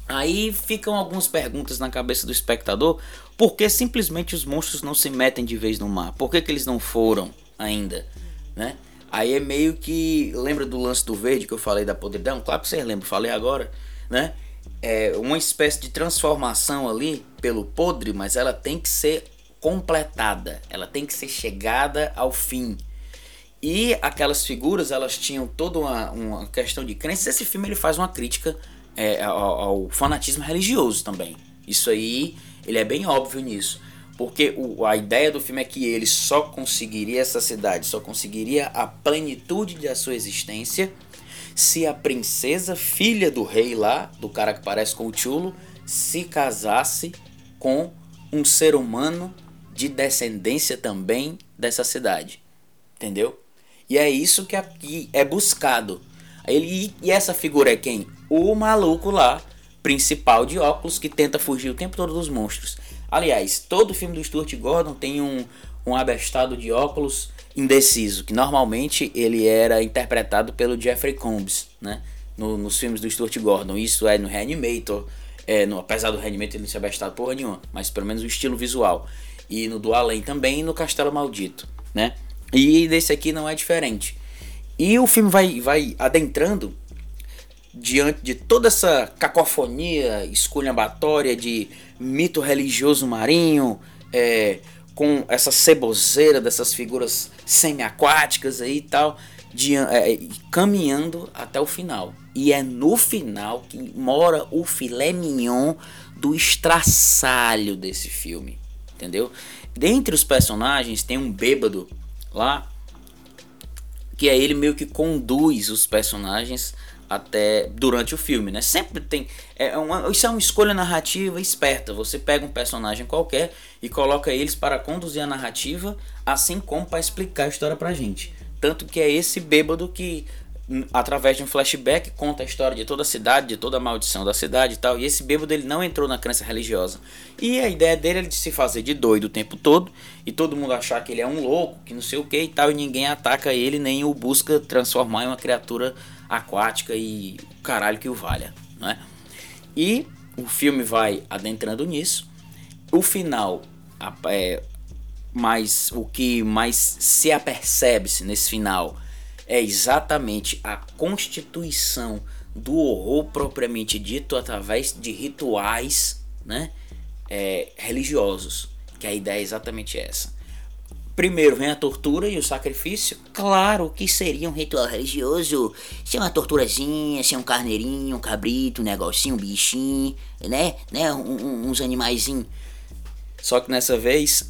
Aí ficam algumas perguntas na cabeça do espectador. Por que simplesmente os monstros não se metem de vez no mar? Por que, que eles não foram ainda, né? Aí é meio que... Lembra do lance do verde que eu falei da podridão? Claro que vocês lembram, falei agora, né? É uma espécie de transformação ali pelo podre, mas ela tem que ser completada. Ela tem que ser chegada ao fim. E aquelas figuras, elas tinham toda uma, uma questão de crença. Esse filme ele faz uma crítica é, ao, ao fanatismo religioso também. Isso aí, ele é bem óbvio nisso. Porque o, a ideia do filme é que ele só conseguiria essa cidade, só conseguiria a plenitude da sua existência se a princesa, filha do rei lá, do cara que parece com o Chulo, se casasse com um ser humano de descendência também dessa cidade. Entendeu? E é isso que aqui é buscado. Ele, e essa figura é quem? O maluco lá, principal de óculos, que tenta fugir o tempo todo dos monstros. Aliás, todo filme do Stuart Gordon tem um, um abestado de óculos indeciso, que normalmente ele era interpretado pelo Jeffrey Combs, né? No, nos filmes do Stuart Gordon. Isso é no Reanimator, é, no, apesar do Reanimator ele não ser abestado porra nenhuma, mas pelo menos o estilo visual. E no Do Além também, e no Castelo Maldito, né? E desse aqui não é diferente. E o filme vai, vai adentrando diante de toda essa cacofonia esculhambatória de mito religioso marinho, é, com essa ceboseira dessas figuras semi-aquáticas aí e tal, de, é, caminhando até o final. E é no final que mora o filé mignon do estraçalho desse filme, entendeu? Dentre os personagens tem um bêbado lá, que é ele meio que conduz os personagens até durante o filme, né? Sempre tem é uma, isso é uma escolha narrativa esperta. Você pega um personagem qualquer e coloca eles para conduzir a narrativa, assim como para explicar a história pra gente. Tanto que é esse bêbado que, através de um flashback, conta a história de toda a cidade, de toda a maldição da cidade e tal. E esse bêbado ele não entrou na crença religiosa. E a ideia dele é de se fazer de doido o tempo todo e todo mundo achar que ele é um louco, que não sei o que e tal, e ninguém ataca ele nem o busca transformar em uma criatura aquática e o caralho que o valha, não é? E o filme vai adentrando nisso. O final, é, mais, o que mais se apercebe-se nesse final é exatamente a constituição do horror propriamente dito através de rituais, né, é, religiosos, que a ideia é exatamente essa. Primeiro vem a tortura e o sacrifício. Claro que seria um ritual religioso, ser uma torturazinha, ser um carneirinho, um cabrito, um negocinho, um bichinho, né, né, um, um, uns animaizinhos. Só que nessa vez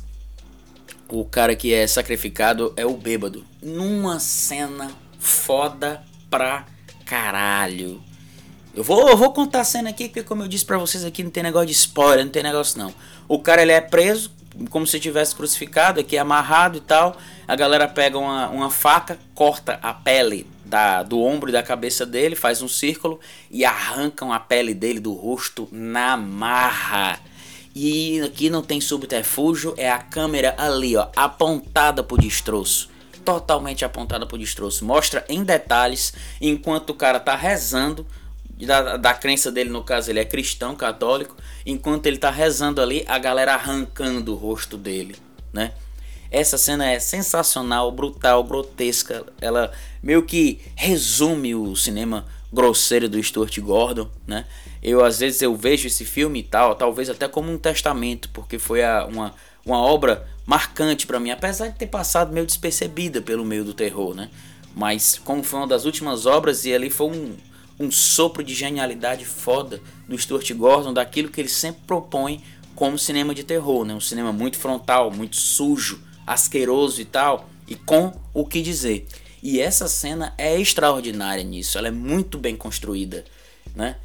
o cara que é sacrificado é o bêbado. Numa cena foda pra caralho. Eu vou, eu vou contar a cena aqui, porque como eu disse pra vocês aqui, não tem negócio de spoiler, não tem negócio não. O cara ele é preso, como se tivesse crucificado, aqui amarrado e tal. A galera pega uma, uma faca, corta a pele da, do ombro e da cabeça dele, faz um círculo e arrancam a pele dele do rosto na marra. E aqui não tem subterfúgio, é a câmera ali, ó, apontada pro destroço. Totalmente apontada pro destroço. Mostra em detalhes, enquanto o cara tá rezando, da, da crença dele, no caso ele é cristão, católico. Enquanto ele tá rezando ali, a galera arrancando o rosto dele, né? Essa cena é sensacional, brutal, grotesca. Ela meio que resume o cinema grosseiro do Stuart Gordon, né? Eu às vezes eu vejo esse filme e tal, talvez até como um testamento, porque foi a, uma, uma obra marcante pra mim, apesar de ter passado meio despercebida pelo meio do terror, né? Mas como foi uma das últimas obras e ali foi um, um sopro de genialidade foda do Stuart Gordon, daquilo que ele sempre propõe como cinema de terror, né? Um cinema muito frontal, muito sujo, asqueroso e tal, e com o que dizer. E essa cena é extraordinária nisso, ela é muito bem construída, né?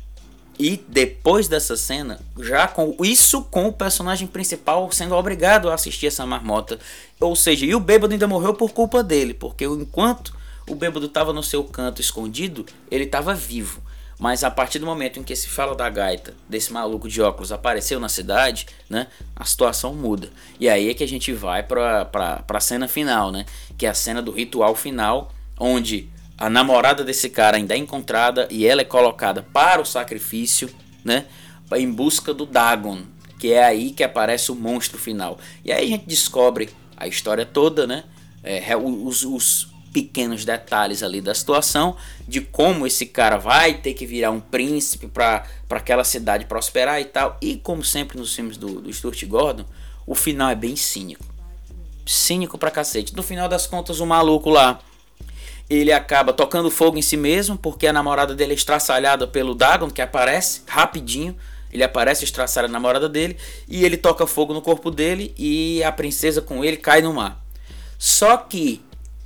E depois dessa cena, já com isso com o personagem principal sendo obrigado a assistir essa marmota. Ou seja, e o bêbado ainda morreu por culpa dele, porque enquanto o bêbado estava no seu canto escondido, ele estava vivo. Mas a partir do momento em que se fala da gaita, desse maluco de óculos apareceu na cidade, né, a situação muda. E aí é que a gente vai para pra, pra cena final, né, que é a cena do ritual final, onde a namorada desse cara ainda é encontrada e ela é colocada para o sacrifício, né, em busca do Dagon, que é aí que aparece o monstro final. E aí a gente descobre a história toda, né, é, os, os pequenos detalhes ali da situação, de como esse cara vai ter que virar um príncipe para aquela cidade prosperar e tal. E como sempre nos filmes do, do Stuart Gordon, o final é bem cínico. Cínico pra cacete. No final das contas, o maluco lá, ele acaba tocando fogo em si mesmo, porque a namorada dele é estraçalhada pelo Dagon, que aparece rapidinho. Ele aparece estraçalhando a namorada dele, e ele toca fogo no corpo dele, e a princesa com ele cai no mar. Só que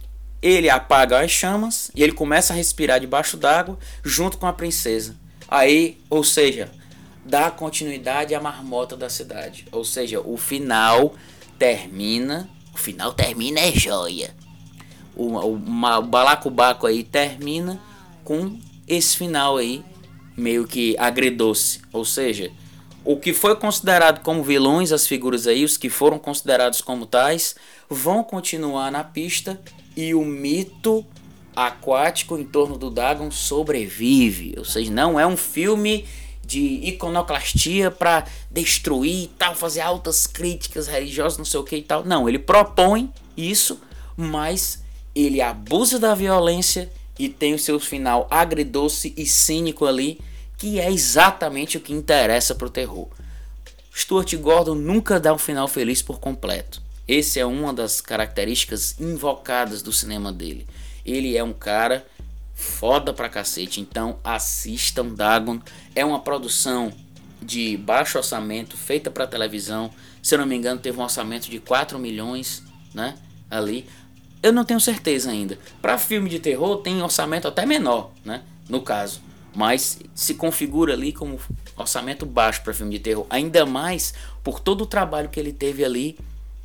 ele apaga as chamas e ele começa a respirar debaixo d'água junto com a princesa. Aí, ou seja, dá continuidade à marmota da cidade. Ou seja, o final termina... O final termina é joia. O, o, o balacobaco aí termina com esse final aí, meio que agridoce. Ou seja, o que foi considerado como vilões, as figuras aí, os que foram considerados como tais, vão continuar na pista. E o mito aquático em torno do Dagon sobrevive. Ou seja, não é um filme de iconoclastia para destruir e tal, fazer altas críticas religiosas, não sei o que e tal. Não, ele propõe isso, mas ele abusa da violência e tem o seu final agridoce e cínico ali, que é exatamente o que interessa pro terror. Stuart Gordon nunca dá um final feliz por completo. Essa é uma das características invocadas do cinema dele. Ele é um cara foda pra cacete. Então assistam Dagon. É uma produção de baixo orçamento, feita pra televisão. Se eu não me engano, teve um orçamento de quatro milhões, né? Ali. Eu não tenho certeza ainda. Pra filme de terror tem orçamento até menor, né? No caso. Mas se configura ali como orçamento baixo para filme de terror. Ainda mais por todo o trabalho que ele teve ali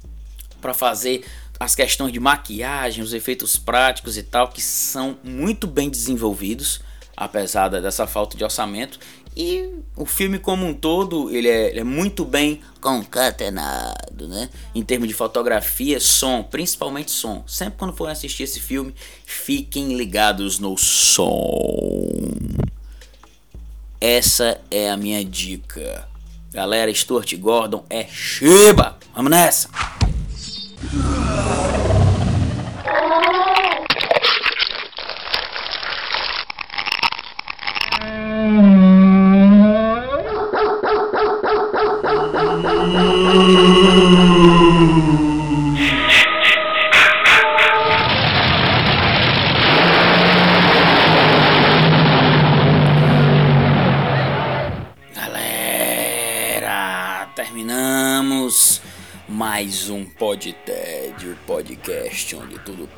para fazer as questões de maquiagem, os efeitos práticos e tal, que são muito bem desenvolvidos, apesar dessa falta de orçamento. E o filme como um todo, ele é, ele é muito bem concatenado, né? Em termos de fotografia, som, principalmente som. Sempre quando forem assistir esse filme, fiquem ligados no som. Essa é a minha dica. Galera, Stuart Gordon é Shiba. Vamos nessa! Galera, terminamos mais um PodTed, o podcast onde tudo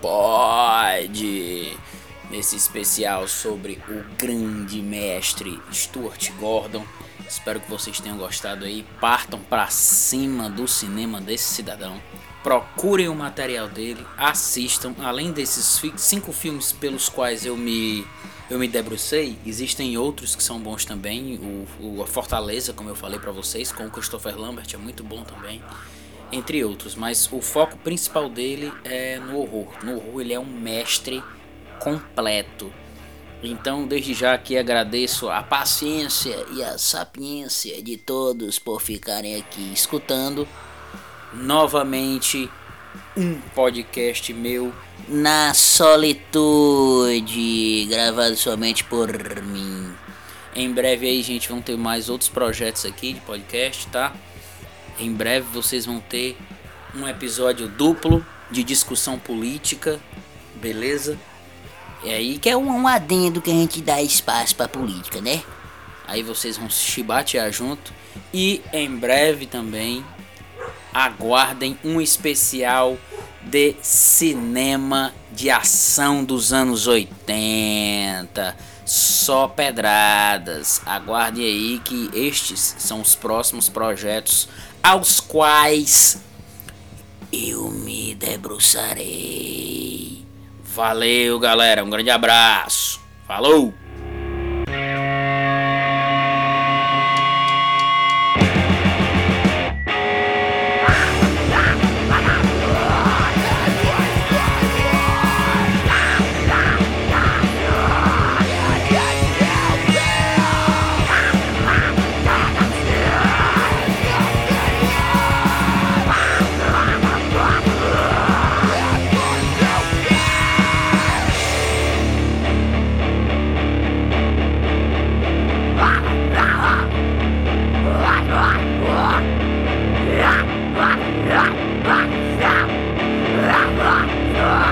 pode. Nesse especial sobre o grande mestre Stuart Gordon. Espero que vocês tenham gostado aí. Partam pra cima do cinema desse cidadão. Procurem o material dele, assistam. Além desses cinco filmes pelos quais eu me, eu me debrucei, existem outros que são bons também. O, o A Fortaleza, como eu falei pra vocês, com o Christopher Lambert, é muito bom também. Entre outros, mas o foco principal dele é no horror. No horror ele é um mestre completo. Então desde já aqui agradeço a paciência e a sapiência de todos por ficarem aqui escutando novamente um podcast meu na solitude, gravado somente por mim. Em breve aí, gente, vão ter mais outros projetos aqui de podcast, tá? Em breve vocês vão ter um episódio duplo de discussão política, beleza? E aí que é um, um adendo que a gente dá espaço pra política, né? Aí vocês vão se chibatear junto. E em breve também aguardem um especial de cinema de ação dos anos oitenta. Só pedradas. Aguardem aí que estes são os próximos projetos aos quais eu me debruçarei. Valeu, galera. Um grande abraço. Falou! Ah!